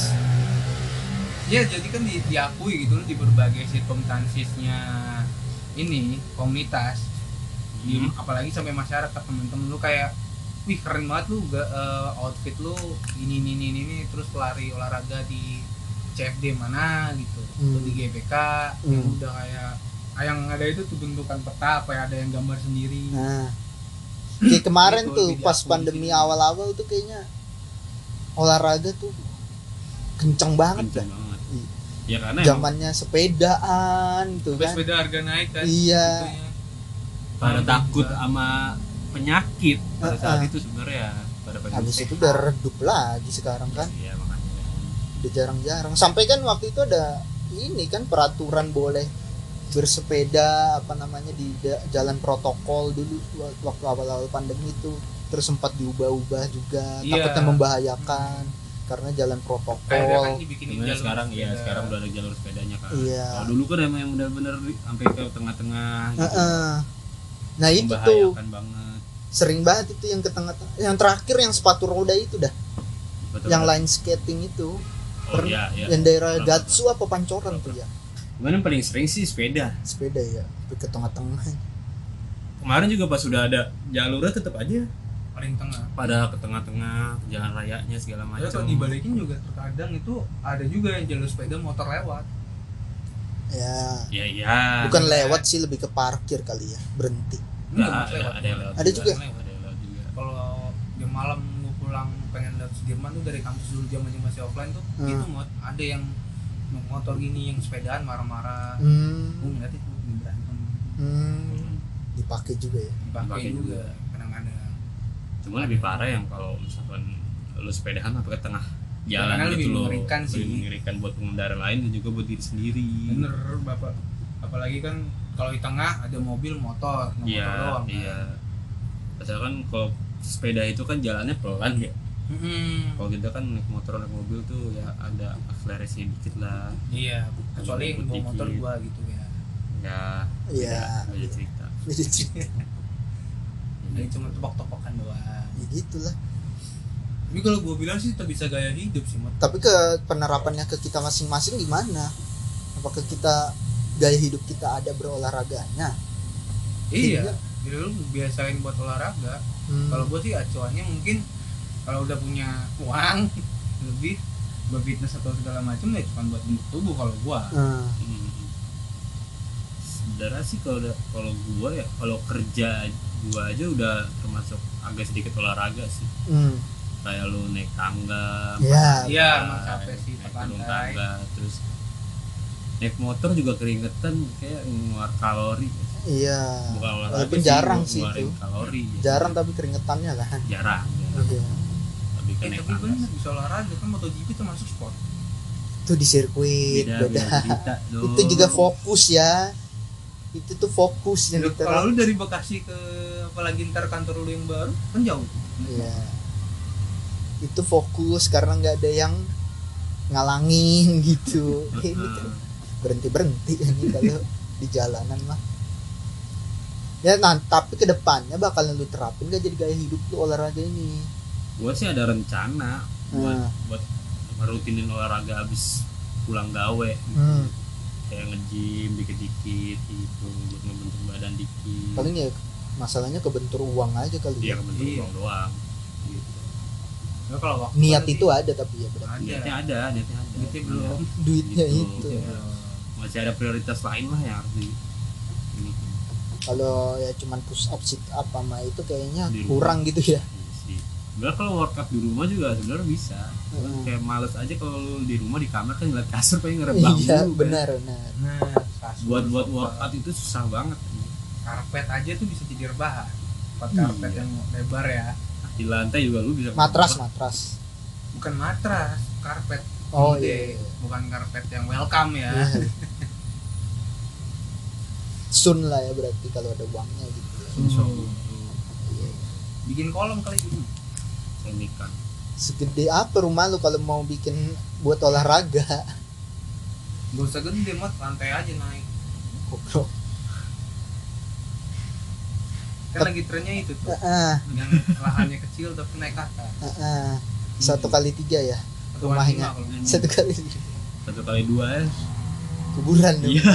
Ya jadi kan diakui gitu loh di berbagai circumstancesnya ini komunitas. Apalagi sampai masyarakat, temen-temen lu kayak wih keren banget lu outfit lu ini terus lari olahraga di CFD mana gitu atau di GBK yang udah kayak yang ada itu tuh bentukan peta apa ya, ada yang gambar sendiri. Nah, kayak kemarin Gitu, tuh lebih pas diakui pandemi gitu. awal-awal tuh kayaknya olahraga tuh kenceng banget Kenceng kan. banget. Iya. Ya karena emang Zamannya sepedaan tuh Sampai kan. sepeda harga naik kan. Iya. Tentunya. pada Kalau takut juga. sama penyakit pada saat Uh-uh. itu sebenarnya pada pengen Habis itu sehat. udah redup lagi sekarang kan. Iya makanya. Udah jarang-jarang. Sampai kan waktu itu ada ini kan peraturan boleh bersepeda apa namanya di jalan protokol dulu waktu awal-awal pandemi itu, terus sempat diubah-ubah juga, Iya. takutnya membahayakan karena jalan Kayak protokol. kan dibikinin Sebenarnya jalur sekarang sepeda. sekarang udah ada jalur sepedanya kan. Iya. Kalau dulu kan emang yang benar-benar sampai ke tengah-tengah gitu. Heeh. Nah itu tuh Membahayakan banget. sering banget itu yang ke tengah-tengah. Yang terakhir yang sepatu roda itu dah, Betul, yang betul. line skating itu, Oh iya, iya. yang daerah Pernah, Gatsu apa Pancoran tuh ya, Cuman yang paling sering sih sepeda. sepeda ya, sampai ke tengah-tengah. Kemarin juga pas sudah ada jalurnya tetap aja paling tengah. pada ke tengah-tengah jalan rayanya segala Ya macam. kalau dibalikin juga terkadang itu ada juga yang jalur sepeda motor lewat. Ya, ya bukan lewat sih, lebih ke parkir kali ya, berhenti. Enggak, ada yang lewat Ada juga? ada yang lewat juga. Kalau jam malam gue pulang pengen lihat Sudirman tuh dari kampus dulu zamannya masih offline tuh, gitu mod ada yang motor gini yang sepedaan marah-marah. Gue ngeliat itu berantem. Dipakai juga ya. Dipakai juga kadang-kadang. Cuma lebih parah yang kalau misalkan lu sepedahan sampai ke tengah jalan Karena lebih gitu loh, mengerikan sih. lebih mengerikan buat pengendara lain dan juga buat diri sendiri. Bener bapak, apalagi kan kalau di tengah ada mobil motor Iya, doang iya. Padahal kan kalau sepeda itu kan jalannya pelan ya. Kalau kita kan naik motor naik mobil tuh ya ada akselerasi dikit lah. Iya, kecuali yang bawa motor Dikit. gua gitu ya. Ya, Iya. beda cerita. Ini cuma tepok-tepokan doang. Ya gitulah. Tapi kalau gua bilang sih tetap bisa gaya hidup sih, Mat. Tapi ke penerapannya ke kita masing-masing gimana? Apakah kita gaya hidup kita ada berolahraganya? Iya. Iya. Jadi lu biasain buat olahraga. Kalau gua sih acuannya mungkin kalau udah punya uang lebih buat fitness atau segala macam ya cuma buat bentuk tubuh kalau gua. Sebenarnya sih kalau gua ya kalau kerja gua aja udah termasuk agak sedikit olahraga sih. Kayak lu naik tangga, Ya. Iya, emang capek sih naik pakai turun lantai. tangga, terus naik motor juga keringetan kayak ngeluar kalori. Iya. Bukan olahraga Walaupun jarang sih ngeluarin itu. kalori. Jarang tapi keringetannya kan. Jarang. Iya. Tapi kan naik Tapi tangga. bener bisa olahraga kan MotoGP termasuk sport. Itu di sirkuit beda. cerita dong. Itu juga fokus ya. Itu tuh fokus yang diterapkan. Kalau lu dari Bekasi ke apalagi ntar kantor lu yang baru kan jauh. Iya. Itu fokus karena nggak ada yang ngalangin gitu. Ini kan berhenti ini kalau di jalanan mah. Ya tapi kedepannya bakal lu terapin gak jadi gaya hidup lu olahraga ini. Gua sih ada rencana buat ngerutinin olahraga abis pulang gawe gitu. Kayak nge-gym dikit-dikit gitu buat ngebentuk badan dikit. Paling ya masalahnya kebentur uang aja kali. Iya, Ya. kebentuk uang doang gitu. Nah, kalau waktu Niat nanti itu ada tapi ya berarti. Niatnya ada. Duitnya belum. Duitnya Gitu. itu. Iya. Masih ada prioritas lain lah yang harus di ini. Kalau ya cuman push up sit up sama itu kayaknya Di rumah. kurang gitu ya. Sih. Sebenarnya kalau workout di rumah juga sebenarnya bisa. Cuman kayak males aja kalau lu di rumah di kamar kan ngeliat kasur pengen ngerebang Iya, dulu, kan. benar. Nah, kasur, Buat sofa, workout itu susah banget. karpet aja tuh bisa jadi rebahan. Buat Iya. karpet yang lebar ya. Di lantai juga lu bisa Matras. Bukan matras, karpet. Oh Gede. iya. Bukan karpet yang welcome ya. Iya. Sun lah ya berarti kalau ada uangnya gitu ya. Iya. Bikin kolom kali ini. Semikan. Segede apa rumah lu kalau mau bikin buat olahraga? Gak usah gede mat, lantai aja naik. Goblok. Kan lagi trennya itu tuh. Yang lahannya kecil tapi naik ke atas. 1x3 ya Atau rumahnya. 1 kali 5 kalau 1x2 1x2 ya. kuburan dong. Iya.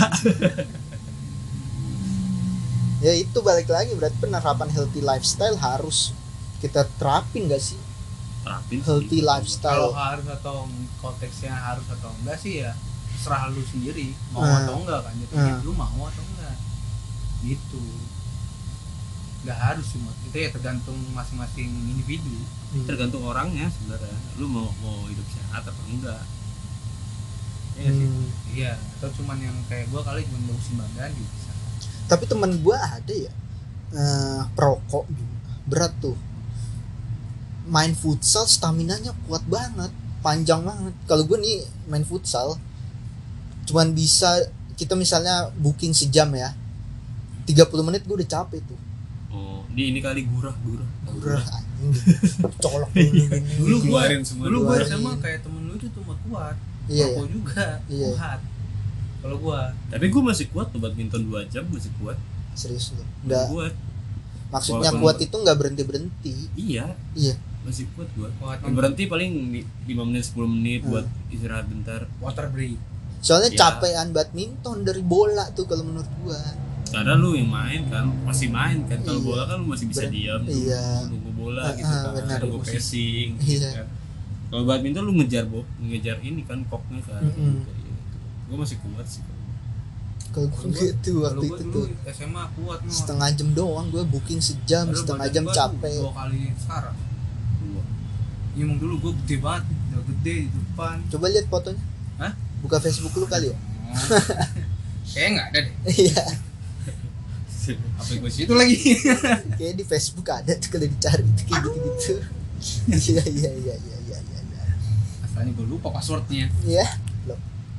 Ya itu balik lagi berarti penerapan healthy lifestyle harus kita terapin gak sih? Terapin sih. Healthy Kalau lifestyle. harus atau konteksnya harus atau enggak sih ya serah lu sendiri mau Ah. atau enggak kan jadi Ah. lu mau atau enggak gitu nggak harus cuma itu ya tergantung masing-masing individu. Tergantung orangnya sebenarnya. Lu mau hidup sehat apa enggak? Iya sih. Iya atau cuman yang kayak gua kali cuma bagusin badan gitu bisa. Tapi teman gua ada ya perokok juga berat tuh, main futsal staminanya kuat banget, panjang banget. Kalau gua nih main futsal cuman bisa kita misalnya booking sejam ya, 30 menit gua udah capek tuh. Oh, ini kali gurah. Gurah anjing colok dulu gini. Dulu gua Keluarin semua dulu gua keluarin. sama kayak temen lu itu tuh mah kuat. Iya ya. Rokok juga Iya. kuat. Kalau gua Tapi gue masih kuat tuh badminton 2 jam masih kuat. Serius lu. Enggak, Kuat. maksudnya Walaupun- kuat itu enggak berhenti. Iya, Iya. masih kuat gua. kuat Berhenti paling 5 menit 10 menit Hmm. buat istirahat bentar. water break. Soalnya Iya. capean badminton dari bola tuh kalau menurut gua. Karena lu yang main kan, masih main kan. Kalau Iya. bola kan lu masih bisa diam tuh, Iya. nunggu bola gitu kan. benar. Nunggu passing. Iya. Gitu kan. Kalau badminton lu ngejar ini kan koknya kan. Mm-mm. Gue masih kuat sih. Kalau gue gitu Kalau waktu gua itu dulu tuh SMA kuat mah. setengah jam doang gue booking sejam, Padahal setengah badan jam gua tuh capek. 2 kali sekarang. Ya emang dulu gue gede banget, udah gede di depan. Coba lihat fotonya. Hah? Buka Facebook lu kali ya? Kayaknya nggak ada deh. Iya. Apa gue situ lagi? Kayak di Facebook ada tuh kalau dicari tuh kayak gitu-gitu. Iya. Asalnya gue lupa passwordnya. Iya. Loh.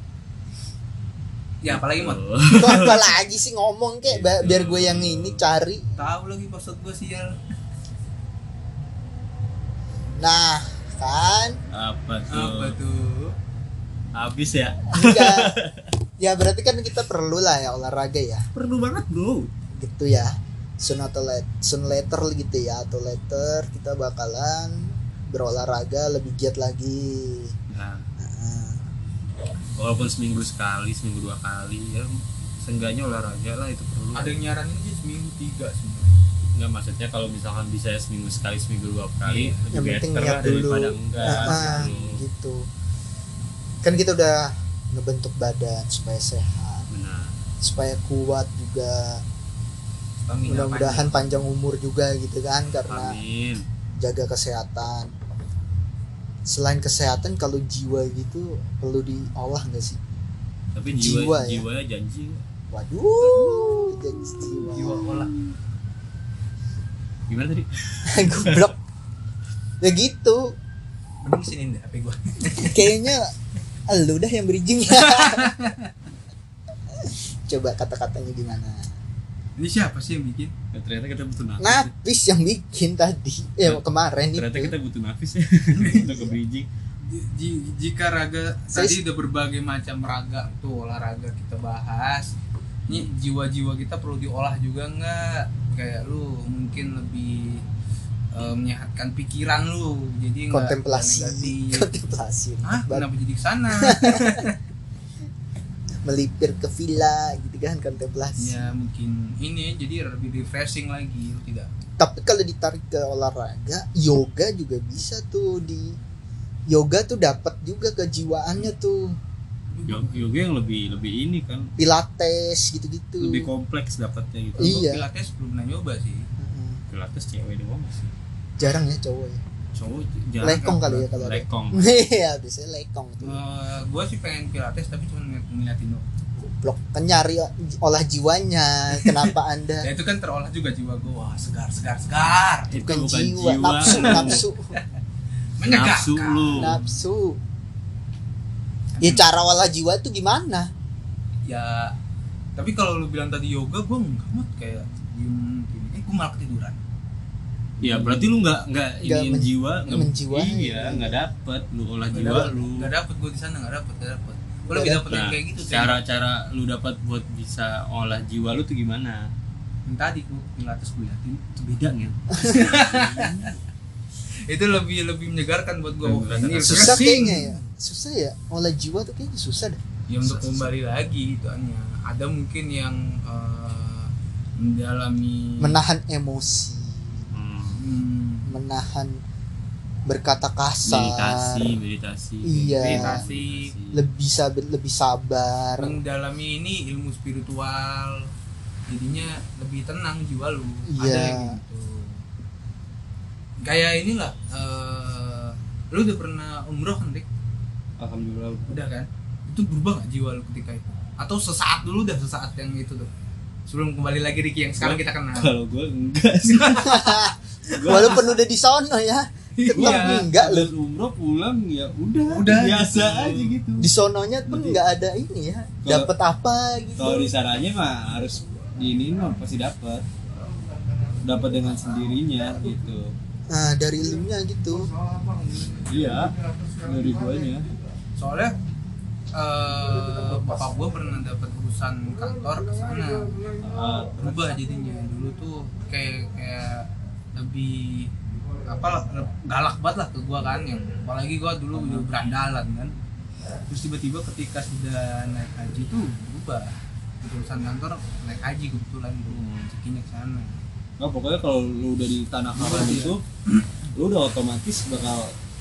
Ya apalagi Mot? Kok apa lagi sih ngomong kayak biar gue yang ini cari. Tahu lagi password gue sial. Nah, kan? Apa tuh? Apa tuh? Habis ya? Enggak. Ya berarti kan kita perlu lah ya olahraga ya. Perlu banget bro. Gitu ya. Soon later gitu ya, atau later kita bakalan berolahraga lebih giat lagi. Nah, Nah, walaupun seminggu sekali, seminggu 2 kali ya, seenggaknya olahraga lah itu perlu. Ada yang nyaranin sih seminggu 3 sebenarnya. Enggak, maksudnya kalau misalkan bisa ya seminggu sekali, seminggu 2 kali, Iya. lebih yang penting better niat lah dulu. daripada enggak. Gitu. Kan kita udah ngebentuk badan supaya sehat, Benar. supaya kuat juga. Stamina Mudah-mudahan panjang umur juga gitu kan, karena Amin. jaga kesehatan. Selain kesehatan, kalau jiwa gitu perlu diolah nggak sih? Tapi Jiwa ya? jiwanya janji. Waduh, jadi jiwa. jiwa olah. Gimana tadi? Goblok. Ya gitu. Mending sini deh HP gue. Kayaknya lu dah yang bridging. Coba kata-katanya gimana? Ini siapa sih yang bikin? Ya, ternyata kita butuh nafis. Nafis yang bikin tadi. Kemarin itu. Ternyata kita butuh nafis ya untuk ke bridging. Jika raga tadi udah berbagai macam raga tuh olahraga kita bahas. Ini jiwa-jiwa kita perlu diolah juga nggak? Kayak lu mungkin lebih menyehatkan pikiran lu, jadi nggak Kontemplasi. negatif. Kontemplasi. Hah? Kenapa jadi kesana? Melipir ke villa gitu kan, kontemplasi. Ya mungkin ini jadi lebih refreshing lagi, tidak? Tapi kalau ditarik ke olahraga, yoga juga bisa tuh. Di yoga tuh dapat juga kejiwaannya tuh. Yoga yang lebih ini kan, Pilates gitu-gitu. lebih kompleks dapatnya gitu. Iya. Pilates belum pernah nyoba sih. Mm-mm. Pilates cewek doang sih. Jarang ya cowok ya. Cowok jarang. Lekong kan? kali ya kalau ada. Lekong. Iya, biasanya lekong tuh. Gue sih pengen pilates tapi cuma ngeliatin doang. Goblok, kan nyari olah jiwanya. Kenapa Anda? Ya itu kan terolah juga jiwa gue. Wah segar. Itu Bukan bukan jiwa, jiwa. nafsu. Nafsu Menyegarkan. lu. Nafsu. Ya cara olah jiwa itu gimana? Ya tapi kalau lu bilang tadi yoga gue enggak mut kayak diem gini. Gue malah ketiduran. Ya berarti lu nggak iniin jiwa, menjiwai. Iya, nggak dapet lu olah Nggak jiwa dapet- lu. nggak dapet gue di sana nggak dapet gue Nggak lebih dapet. dapet yang kayak gitu cara lu dapat buat bisa olah jiwa lu tuh gimana? yang tadi gue pilates gue liatin Itu beda nih. itu lebih menyegarkan buat gue. Ini Susah refreshing. kayaknya ya. Susah ya. Olah jiwa tuh kayaknya susah deh. Ya untuk kembali lagi itu hanya ada mungkin yang mendalami Menahan emosi, Hmm. menahan berkata kasar, Meditasi. Iya. meditasi, lebih sabar. mendalami ini ilmu spiritual, jadinya lebih tenang jiwa lu. Iya. Ada yang gitu. Kayak inilah, lu udah pernah umroh kan, Dik? Alhamdulillah. Udah kan? Itu berubah gak jiwa lu ketika itu? Atau sesaat dulu dah, sesaat yang itu tuh? Sebelum kembali lagi Ricky yang sekarang kita kenal. Kalau gue enggak sih. Walaupun udah di sono ya, tetap Iya. enggak Habis loh. umroh pulang ya udah Udah biasa gitu. aja gitu. Di sononya pun Berarti- enggak ada ini ya. Kalau- Dapat apa gitu. Kalau di sananya mah harus diinin mah pasti dapat dengan sendirinya gitu. Nah, dari elunya gitu. Iya, dari guanya. Soalnya bapak gua pernah dapat urusan kantor ke sana. Berubah jadinya. Dulu tuh kayak lebih galak banget lah ke gua kan, yang apalagi gua dulu udah berandalan kan. Terus tiba-tiba ketika sudah naik haji tuh berubah. Urusan kantor naik haji kebetulan tuh rezekinya ke sana. Nah, pokoknya kalau lu udah di tanah haram Iya. itu lu udah otomatis bakal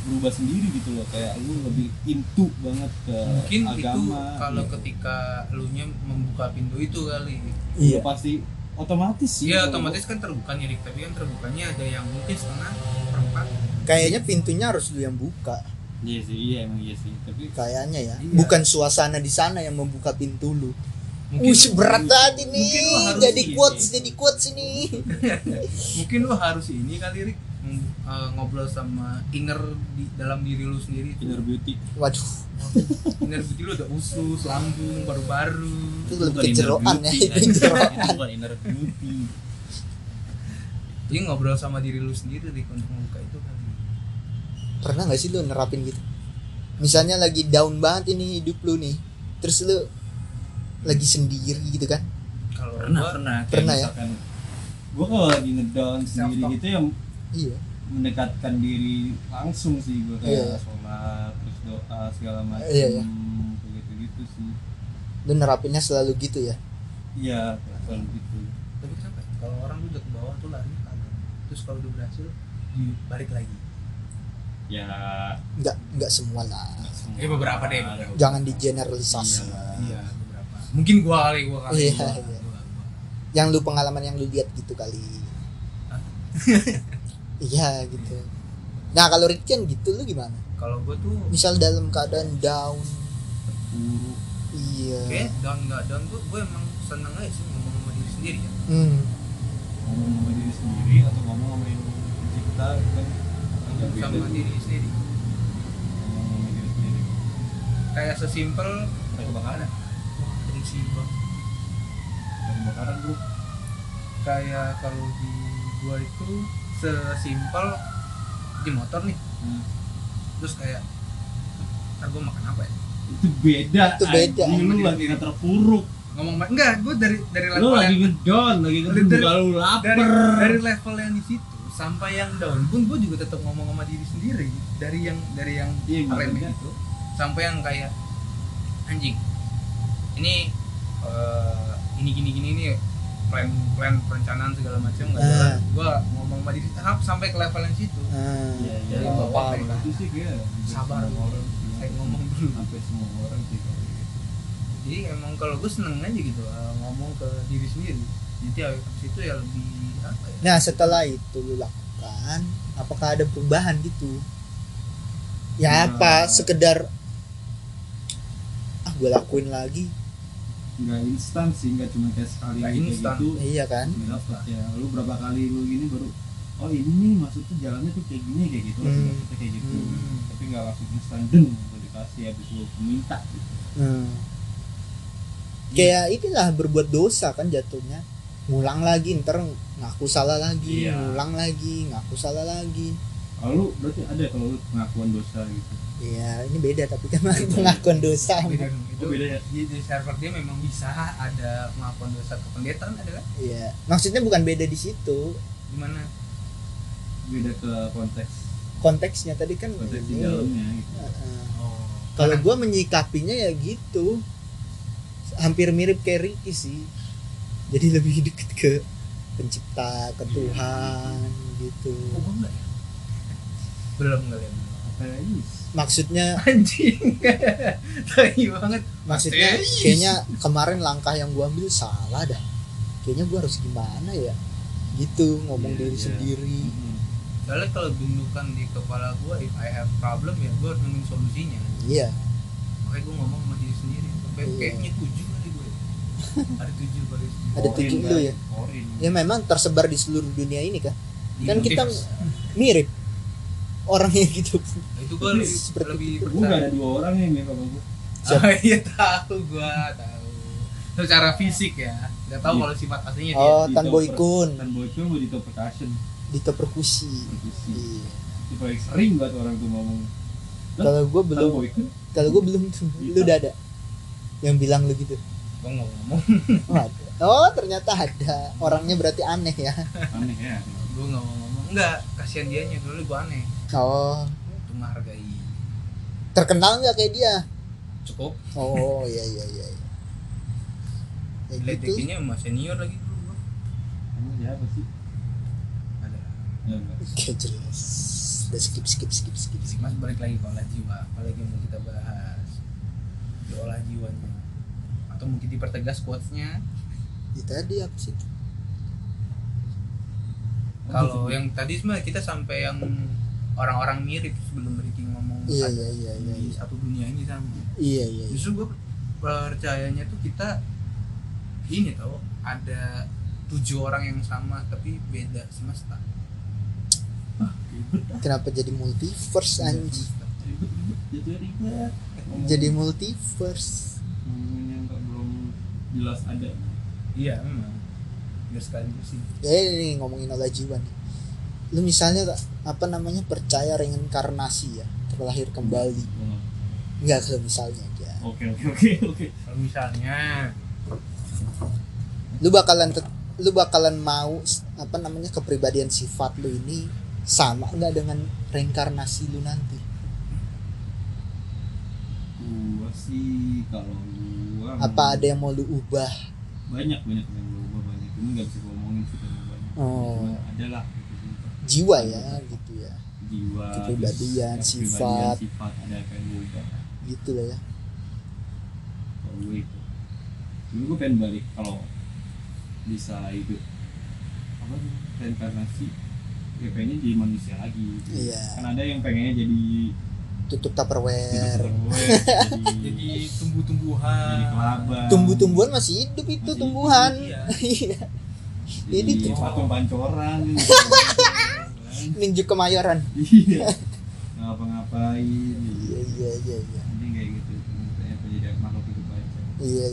berubah sendiri gitu loh, kayak lu lebih into banget ke Mungkin itu agama kalau gitu. ketika lu nya membuka pintu itu kali. Iya. Pasti otomatis sih. Iya, kalau otomatis kan terbuka nih, Rik. Tapi kan terbukanya ada yang mungkin setengah perempat. Kayaknya pintunya harus lu yang buka. Iya sih, iya emang iya sih. Tapi Kayaknya ya. Iya. Bukan suasana di sana yang membuka pintu lu. Mungkin Wih, berat banget ini. mungkin lu harus Jadi ini. quotes ini. Mungkin lu harus ini kali, Rik, ngobrol sama dalam diri lu sendiri tuh. inner beauty. Waduh, Inner beauty lu ada usus, lambung, baru-baru. itu Bukan lebih ke inner jeroan ya. beauty, Itu anjing. jeroan. Itu bukan inner beauty. Jadi ngobrol sama diri lu sendiri, Rik, untuk membuka itu kali. Pernah gak sih lu nerapin gitu? Misalnya lagi down banget ini hidup lu nih. Terus lu lagi sendiri gitu kan? Kalau Pernah gua, Kayak Pernah ya? misalkan gua kalau lagi ngedown sendiri Self-talk. gitu yang Iya. mendekatkan diri langsung sih gua kayak Iya. sholat terus doa segala macam. Iya, iya. Begitu sih. Lu nerapinnya selalu gitu ya? Iya, kalau gitu. tapi kenapa ya? Kalau orang udah ke bawah tuh lari kagak. Terus kalau udah berhasil balik lagi. Ya Enggak semua lah. Beberapa deh, beberapa. Jangan digeneralisasi. Iya, beberapa. Mungkin gua kali. Iya, Gua. iya. Yang lu pengalaman yang lu lihat gitu kali. Iya gitu. Nah kalau Rikian gitu lu gimana? Kalau gua tuh Misal dalam keadaan down. buruk. Iya. kayak down nggak down, gua emang seneng aja sih ngomong sama diri sendiri ya. Ngomong sama diri sendiri atau ngomong sama yang pencipta gitu kan. Agak beda Sama tuh. diri sendiri. Ngomong sama diri sendiri. Kayak sesimpel Ada kebakaran. ada musibah. Ada kebakaran bro. Kayak kalau di gua itu sesimpel di motor nih. Terus kayak ntar gua makan apa ya? Itu beda. Itu beda. Anjing, lu lagi nggak terpuruk. Enggak, gua dari Lu level lagi yang ngedown, lagi Dari- ngedown kalau lu lapar. dari level yang di situ sampai yang down pun gue juga tetap ngomong sama diri sendiri, dari yang Iya, remeh makanya. itu sampai yang kayak anjing ini gini nih plan perencanaan segala macam nggak jalan, gue ngomong sama diri sampai ke level yang situ. Iya, iya. Jadi bawa Paham. kayak Itu sih kayak sabar semua orang sih. kayak ngomong dulu. Sampai semua orang sih kalau gitu. Jadi emang kalau gue seneng aja gitu ngomong ke diri sendiri, jadi habis itu ya lebih apa ya. Nah setelah itu lu lakukan, apakah ada perubahan gitu? Ya Nah. apa? Sekedar gue lakuin lagi. Nggak instan sih, nggak cuma kayak sekali Nggak kayak instan. gitu. Iya kan? Nggak dapet ya. Lu berapa kali lu gini baru oh ini nih maksudnya jalannya tuh kayak gini kayak gitu, maksudnya kayak gitu. Tapi nggak langsung instan deng lu dikasih habis lu minta gitu. Kayak inilah berbuat dosa kan jatuhnya. Ngulang lagi, ntar ngaku salah lagi, Iya. ngulang lagi, ngaku salah lagi. Kalau lu berarti ada kalau lu pengakuan dosa gitu. Iya, ini beda tapi kan pengakuan dosa. Beda dong, itu Oh, beda ya? di server dia memang bisa ada pengakuan dosa ke pendeta kan, ada kan? Iya, maksudnya bukan beda di situ. Gimana? Beda ke konteks Konteksnya tadi kan konteks di ini. dalamnya gitu. Oh. Kalau gua menyikapinya ya gitu. Hampir mirip kayak Ricky sih. Jadi lebih deket ke pencipta, ke Tuhan gitu. Oh, gua enggak ya? Belum kali ya. Kayak ini Maksudnya Anjing. Tai banget. maksudnya Ateis. kayaknya kemarin langkah yang gua ambil salah dah. Kayaknya gua harus gimana ya? Gitu ngomong Iya, diri iya. sendiri. Soalnya kalau gundukan di kepala gua, if I have problem ya gua harus nemuin solusinya. Iya. Makanya gua ngomong sama diri sendiri. Sampai Iya. kayaknya 7 kali gue. Ada 7 kali. Ada 7 lu ya. Korin. Ya memang tersebar di seluruh dunia ini kan. Kan Iya. kita mirip orangnya gitu. Itu gua lebih Seperti lebih itu. Gue gak ada 2 orang yang mirip sama gue. Oh iya tahu gua tahu. Secara fisik ya. Enggak tahu Iya. kalau sifat aslinya dia. Oh, Dito Tan Boy Kun, Tan Boy Kun gue Dito Percussion. Dito Perkusi. Perkusi. Iya. Itu paling sering banget orang tuh ngomong Kalau gue Tan belum, Boy Kun. kalau gue belum tuh. Lu udah ada yang bilang lu gitu. Gua nggak ngomong. Oh, ada. Oh, ternyata ada. Orangnya berarti aneh ya. Aneh ya. Gua nggak mau ngomong. Enggak, kasihan dianya dulu gua aneh. Oh, Itu menghargai. terkenal nggak kayak dia? Cukup. Oh, iya iya iya. Ya gitu. Ledekinya sama senior lagi dulu gua. Kamu siapa sih? Ada. Ya enggak. Kayak jelas. udah skip. Mas balik lagi ke olah jiwa, apalagi yang mau kita bahas di olah jiwanya, atau mungkin dipertegas quotes-nya. Ya tadi apa sih? Kalau yang tadi sebenarnya kita sampai yang orang-orang mirip sebelum Ricky ngomong Iya. di satu dunia ini sama. Iya. Justru gue percayanya tuh kita ini tau ada 7 orang yang sama tapi beda semesta. Kenapa jadi multiverse anjing? ribet Jadi multiverse. ngomongnya nggak belum jelas ada. Iya memang. Biar sekali sih. Ya ini ngomongin olah jiwa nih. Lu misalnya apa namanya percaya reinkarnasi ya, terlahir kembali. Enggak kalau misalnya aja. Oke. Kalau misalnya Lu bakalan mau apa namanya kepribadian sifat lu ini sama enggak dengan reinkarnasi lu nanti? Gua sih kalau gua Apa ada yang mau lu ubah? banyak yang gua ubah banyak. Ini nggak bisa gua omongin sih karena banyak. Oh. Cuma ada lah gitu. Jiwa ya gitu ya. Jiwa, Kepribadian, terus sifat. sifat ada yang pengen gua ubah. Gitu lah ya. Kalau gue itu dulu gue pengen balik kalau bisa hidup apa tuh reinkarnasi ya pengennya jadi manusia lagi gitu. Iya. Kan ada yang pengennya jadi Tutup Tupperware. jadi tumbuh-tumbuhan. jadi kelaba, Tumbuh-tumbuhan masih hidup itu Masih tumbuhan. Iya. Iya. jadi Ini tuh. patung pancoran gitu. Ninju Kemayoran. Iya, ngapa-ngapain gitu. Iya. Jadi kayak gitu kayak jadi makhluk hidup aja. Iya.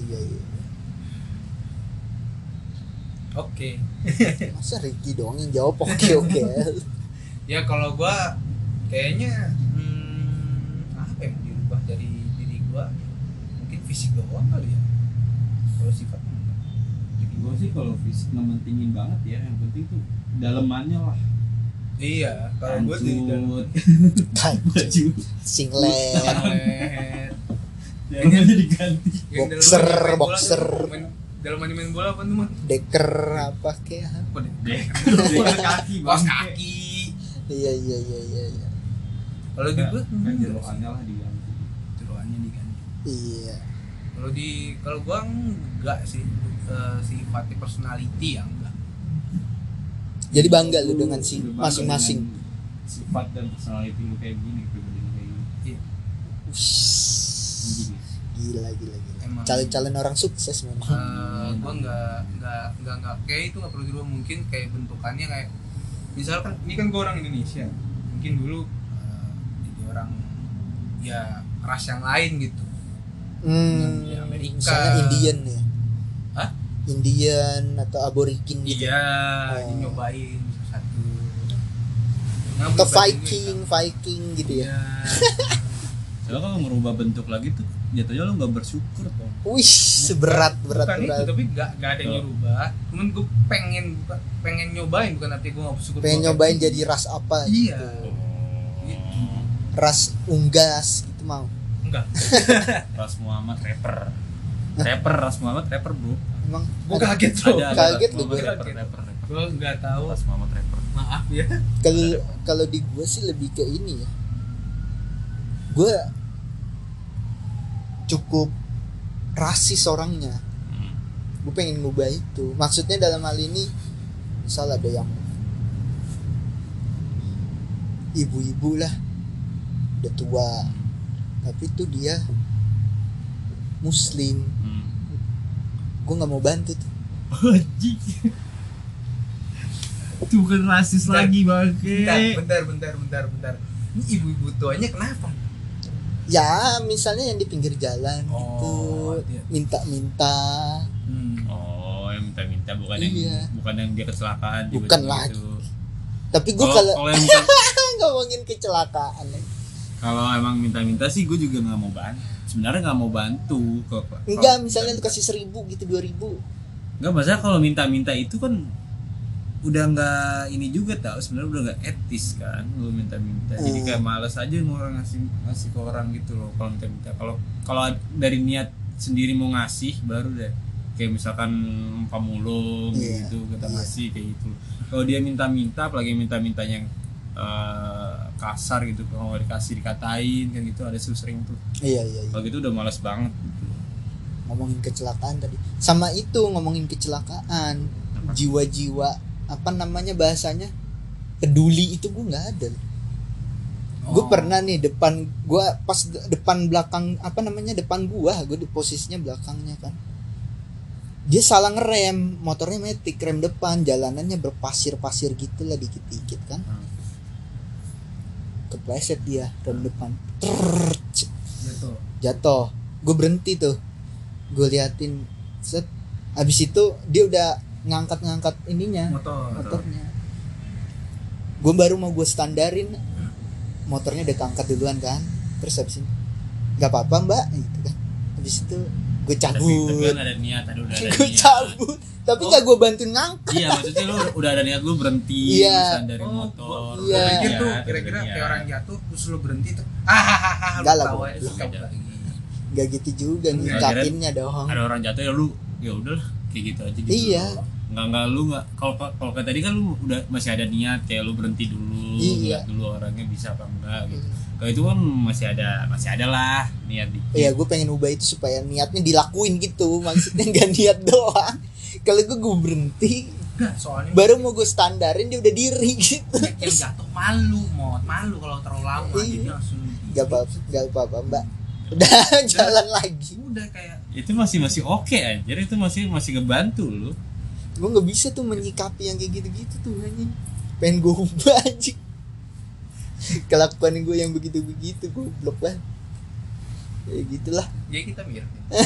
Oke. Masa Ricky doang yang jawab oke. Ya kalau gua kayaknya apa yang mau dirubah dari diri gua? Mungkin fisik doang kali ya. Kalau sifat enggak. Jadi gue sih kalau fisik nggak mentingin banget ya, yang penting tuh dalemannya lah. Iya, kalau gua di dalam Baju Singlet. leher. jangan diganti. Yang dalam Boxer, main bola boxer. tuh, dalam main bola apa tuh, Man? Deker apa kayak Apa deh? Kaos kaki Kaos bang. kaki. Iya. Kalau di gua Kan jeroannya lah diganti. jeroannya diganti. Iya. Kalau gua enggak sih, sifatnya personality ya enggak. Jadi bangga lu dengan Lu si bangga masing-masing. dengan sifat dan personality lu kayak gini, pribadi lu kayak gini. Iya. Anjing. Gila. Emang Calon-calon orang sukses memang. gua enggak kayak itu enggak perlu dirubah, mungkin kayak bentukannya kayak misalkan ini kan gua orang Indonesia, mungkin dulu jadi orang ya ras yang lain gitu. Di Amerika. Misalnya Indian ya. Hah? Indian atau aborigin gitu. Iya, Oh. nyobain satu. Atau Viking gitu ya. Iya. Soalnya kalau merubah bentuk lagi tuh jatuhnya lu nggak bersyukur tuh. Wih, seberat. Bukan itu, tapi nggak ada yang nyerubah. Cuman gue pengen nyobain, bukan artinya gue nggak bersyukur. Pengen gua nyobain kayak jadi ras apa Iya. gitu. gitu. Ras unggas gitu mau. Enggak. Ras Muhammad rapper, Ras Muhammad rapper bro. Emang Gue ada- kaget tuh. Kaget Ras lu Muhammad gue. rapper. Gue nggak tahu. Ras Muhammad rapper. Maaf ya. Kalau di gue sih lebih ke ini ya. Gue cukup rasis orangnya. Gue pengen ngubah itu. Maksudnya dalam hal ini, misal ada yang ibu-ibu lah, udah tua, tapi tuh dia Muslim. Gue nggak mau bantu tuh. Anjing. Itu bukan rasis Bentar. lagi bangke. Bentar. Ini ibu-ibu tuanya kenapa? Ya misalnya yang di pinggir jalan Oh, gitu, iya. minta-minta. Oh, yang minta-minta bukan Iya. yang dia kecelakaan Bukan tiba-tiba lagi. gitu. Tapi gue Kalau kalau yang minta- ngomongin kecelakaan, kalau emang minta-minta sih gue juga nggak mau bantu. Sebenarnya nggak mau bantu kok. enggak misalnya lu kasih 1.000 gitu 2.000. Nggak, masalah kalau minta-minta itu kan udah nggak ini juga tau, sebenarnya udah nggak etis kan lu minta-minta. Jadi kayak males aja orang ngasih ke orang gitu loh kalau minta-minta. Kalau dari niat sendiri mau ngasih baru deh, kayak misalkan pamulung Iya, gitu kita iya. ngasih kayak gitu. Kalau dia minta-minta apalagi minta-minta yang kasar gitu, kalau dikasih dikatain kan gitu, ada sering tuh. Iya. Kalau gitu udah malas banget. Ngomongin kecelakaan tadi. Sama itu ngomongin kecelakaan. Jiwa-jiwa apa namanya bahasanya? Peduli itu gue nggak ada. Gue pernah nih pas depan belakang apa namanya depan gue di posisinya belakangnya kan. Dia salah ngerem, motornya metik, rem depan, jalanannya berpasir-pasir gitu lah dikit-dikit kan. Kepleset dia rem depan, jatuh. Gue berhenti tuh, gue liatin, set. Abis itu dia udah ngangkat ininya, motornya. Gue baru mau gue standarin, motornya udah keangkat duluan kan. Terus abis itu, nggak apa-apa mbak, gitu kan. Abis itu gue cabut. Tapi kan ada niat, udah ada Gue niat. cabut, tapi nggak gue bantuin ngangkat. Iya, maksudnya lu udah ada niat lu berhenti, Iya. dari motor. Iya. Gue pikir tuh Niat, kira-kira ada kayak niat. orang jatuh terus lu berhenti tuh hahaha Enggak lah, tahu gua. aja terus cabut Beda. lagi. Gak gitu juga Enggak, ngucapinnya dong. Ada orang jatuh ya lu ya udahlah kayak gitu aja gitu. Iya. Enggak lu enggak, kalau kayak tadi kan lu udah masih ada niat kayak lu berhenti dulu, Iya. lihat dulu orangnya bisa apa enggak gitu. Kalau itu kan masih ada lah niat dikit. Iya, gue pengen ubah itu supaya niatnya dilakuin gitu, maksudnya gak niat doang. Kalau gue berhenti, Enggak, soalnya baru mau gue standarin dia udah diri gitu. yang jatuh malu kalau terlalu lama Iya. jadi langsung Gak apa-apa mbak. Udah jalan lagi. udah kayak Itu masih oke anjir, itu masih ngebantu lu. Gue nggak bisa tuh menyikapi yang kayak gitu-gitu tuh anjing. Pengen gue ubah anjing. Kelakuan gue yang begitu-begitu gue blok lah. Ya gitulah. ya kita mirip.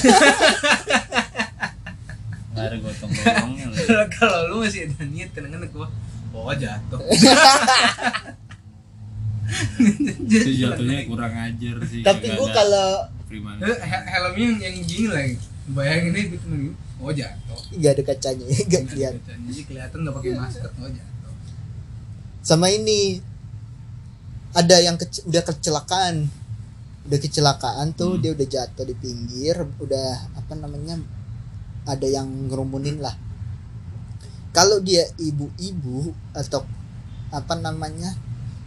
Enggak ada gotong-gotongnya lu. Kalau lu masih ada niat kadang-kadang gua bawa jatuh. Itu jatuhnya kurang ajar sih. Tapi kagak gue ada kalau Freeman. Helmnya yang gini lagi. Bayangin aja gitu nih. Oh jatuh. nggak ada kacanya, nggak kelihatan. Jadi kelihatan enggak pakai masker oh jatuh. Sama ini ada yang udah kecelakaan tuh, dia udah jatuh di pinggir, udah apa namanya, ada yang ngerumunin lah. Kalau dia ibu-ibu atau apa namanya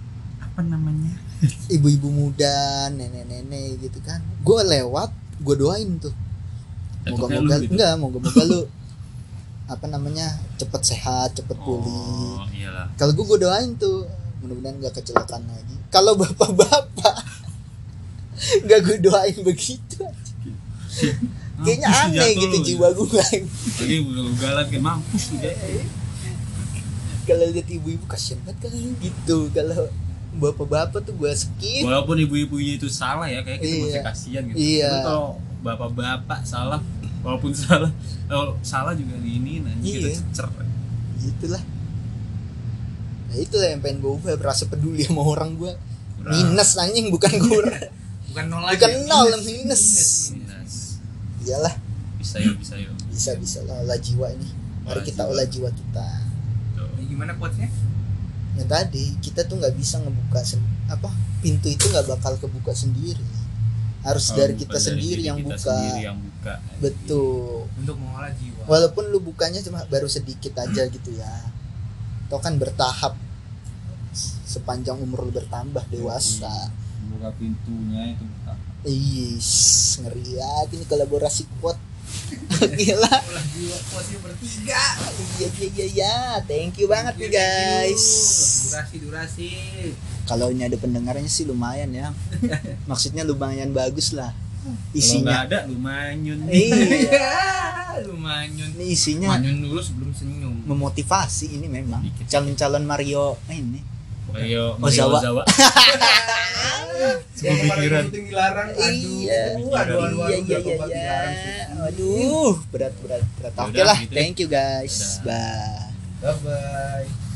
ibu-ibu muda, nenek-nenek gitu kan, gue lewat, gue doain tuh, moga-moga gitu. moga-moga lu apa namanya cepet sehat, cepet pulih. Oh, iyalah. Kalau gue doain tuh mudah-mudahan gak kecelakaan lagi. Kalau bapak-bapak gak gue doain begitu. Kayaknya Mampus aneh jatuh gitu lu. jiwa gue. Lagi ugal-ugalan kayak mampus udah. Kalau lihat ibu-ibu kasihan banget kan gitu. Kalau bapak-bapak tuh gue skip. Walaupun ibu-ibunya itu salah ya, kayak kita masih Iya. kasihan gitu. Iya. Tapi kalau bapak-bapak salah, walaupun salah, kalau salah juga di ini nanti kita Iya. cecer. Gitulah. Nah itulah yang pengen gue ubah, rasa peduli sama orang gue. Kurang. Minus anjing, bukan kurang. Bukan nol lagi. Bukan nol, minus. Yes. Iyalah, Bisa yuk. bisa lah olah jiwa ini. Mari Olah kita jiwa. olah jiwa kita. Tuh. Ya, gimana quotes-nya? Yang tadi kita tuh nggak bisa ngebuka pintu itu nggak bakal kebuka sendiri, harus Kalau dari bukan kita sendiri diri yang kita buka. sendiri yang buka. Betul, Untuk mengolah jiwa. walaupun lu bukanya cuma baru sedikit aja gitu ya, atau kan bertahap sepanjang umur lu bertambah dewasa. buka pintunya itu buka. Is ngeri ya ini kolaborasi quote. Gila. Mengolah jiwa quotes-nya bertiga. Iya, thank you banget nih guys. Durasi. Kalau ini ada pendengarnya sih lumayan ya. Maksudnya lumayan bagus lah. Kalau nggak Isinya. ada lumayan. Iya. Lumayan. Ini isinya Manyun dulu sebelum senyum. memotivasi ini memang. Dikit. Calon-calon Mario ini. Mario Ozawa. Ozawa. Yang kemarin Kepikiran. syuting dilarang. Iya. Aduh, Iya. dilarang. Aduh, berat. Ya Oke udah, lah, gitu ya. thank you guys. Dadah. Bye. Bye bye.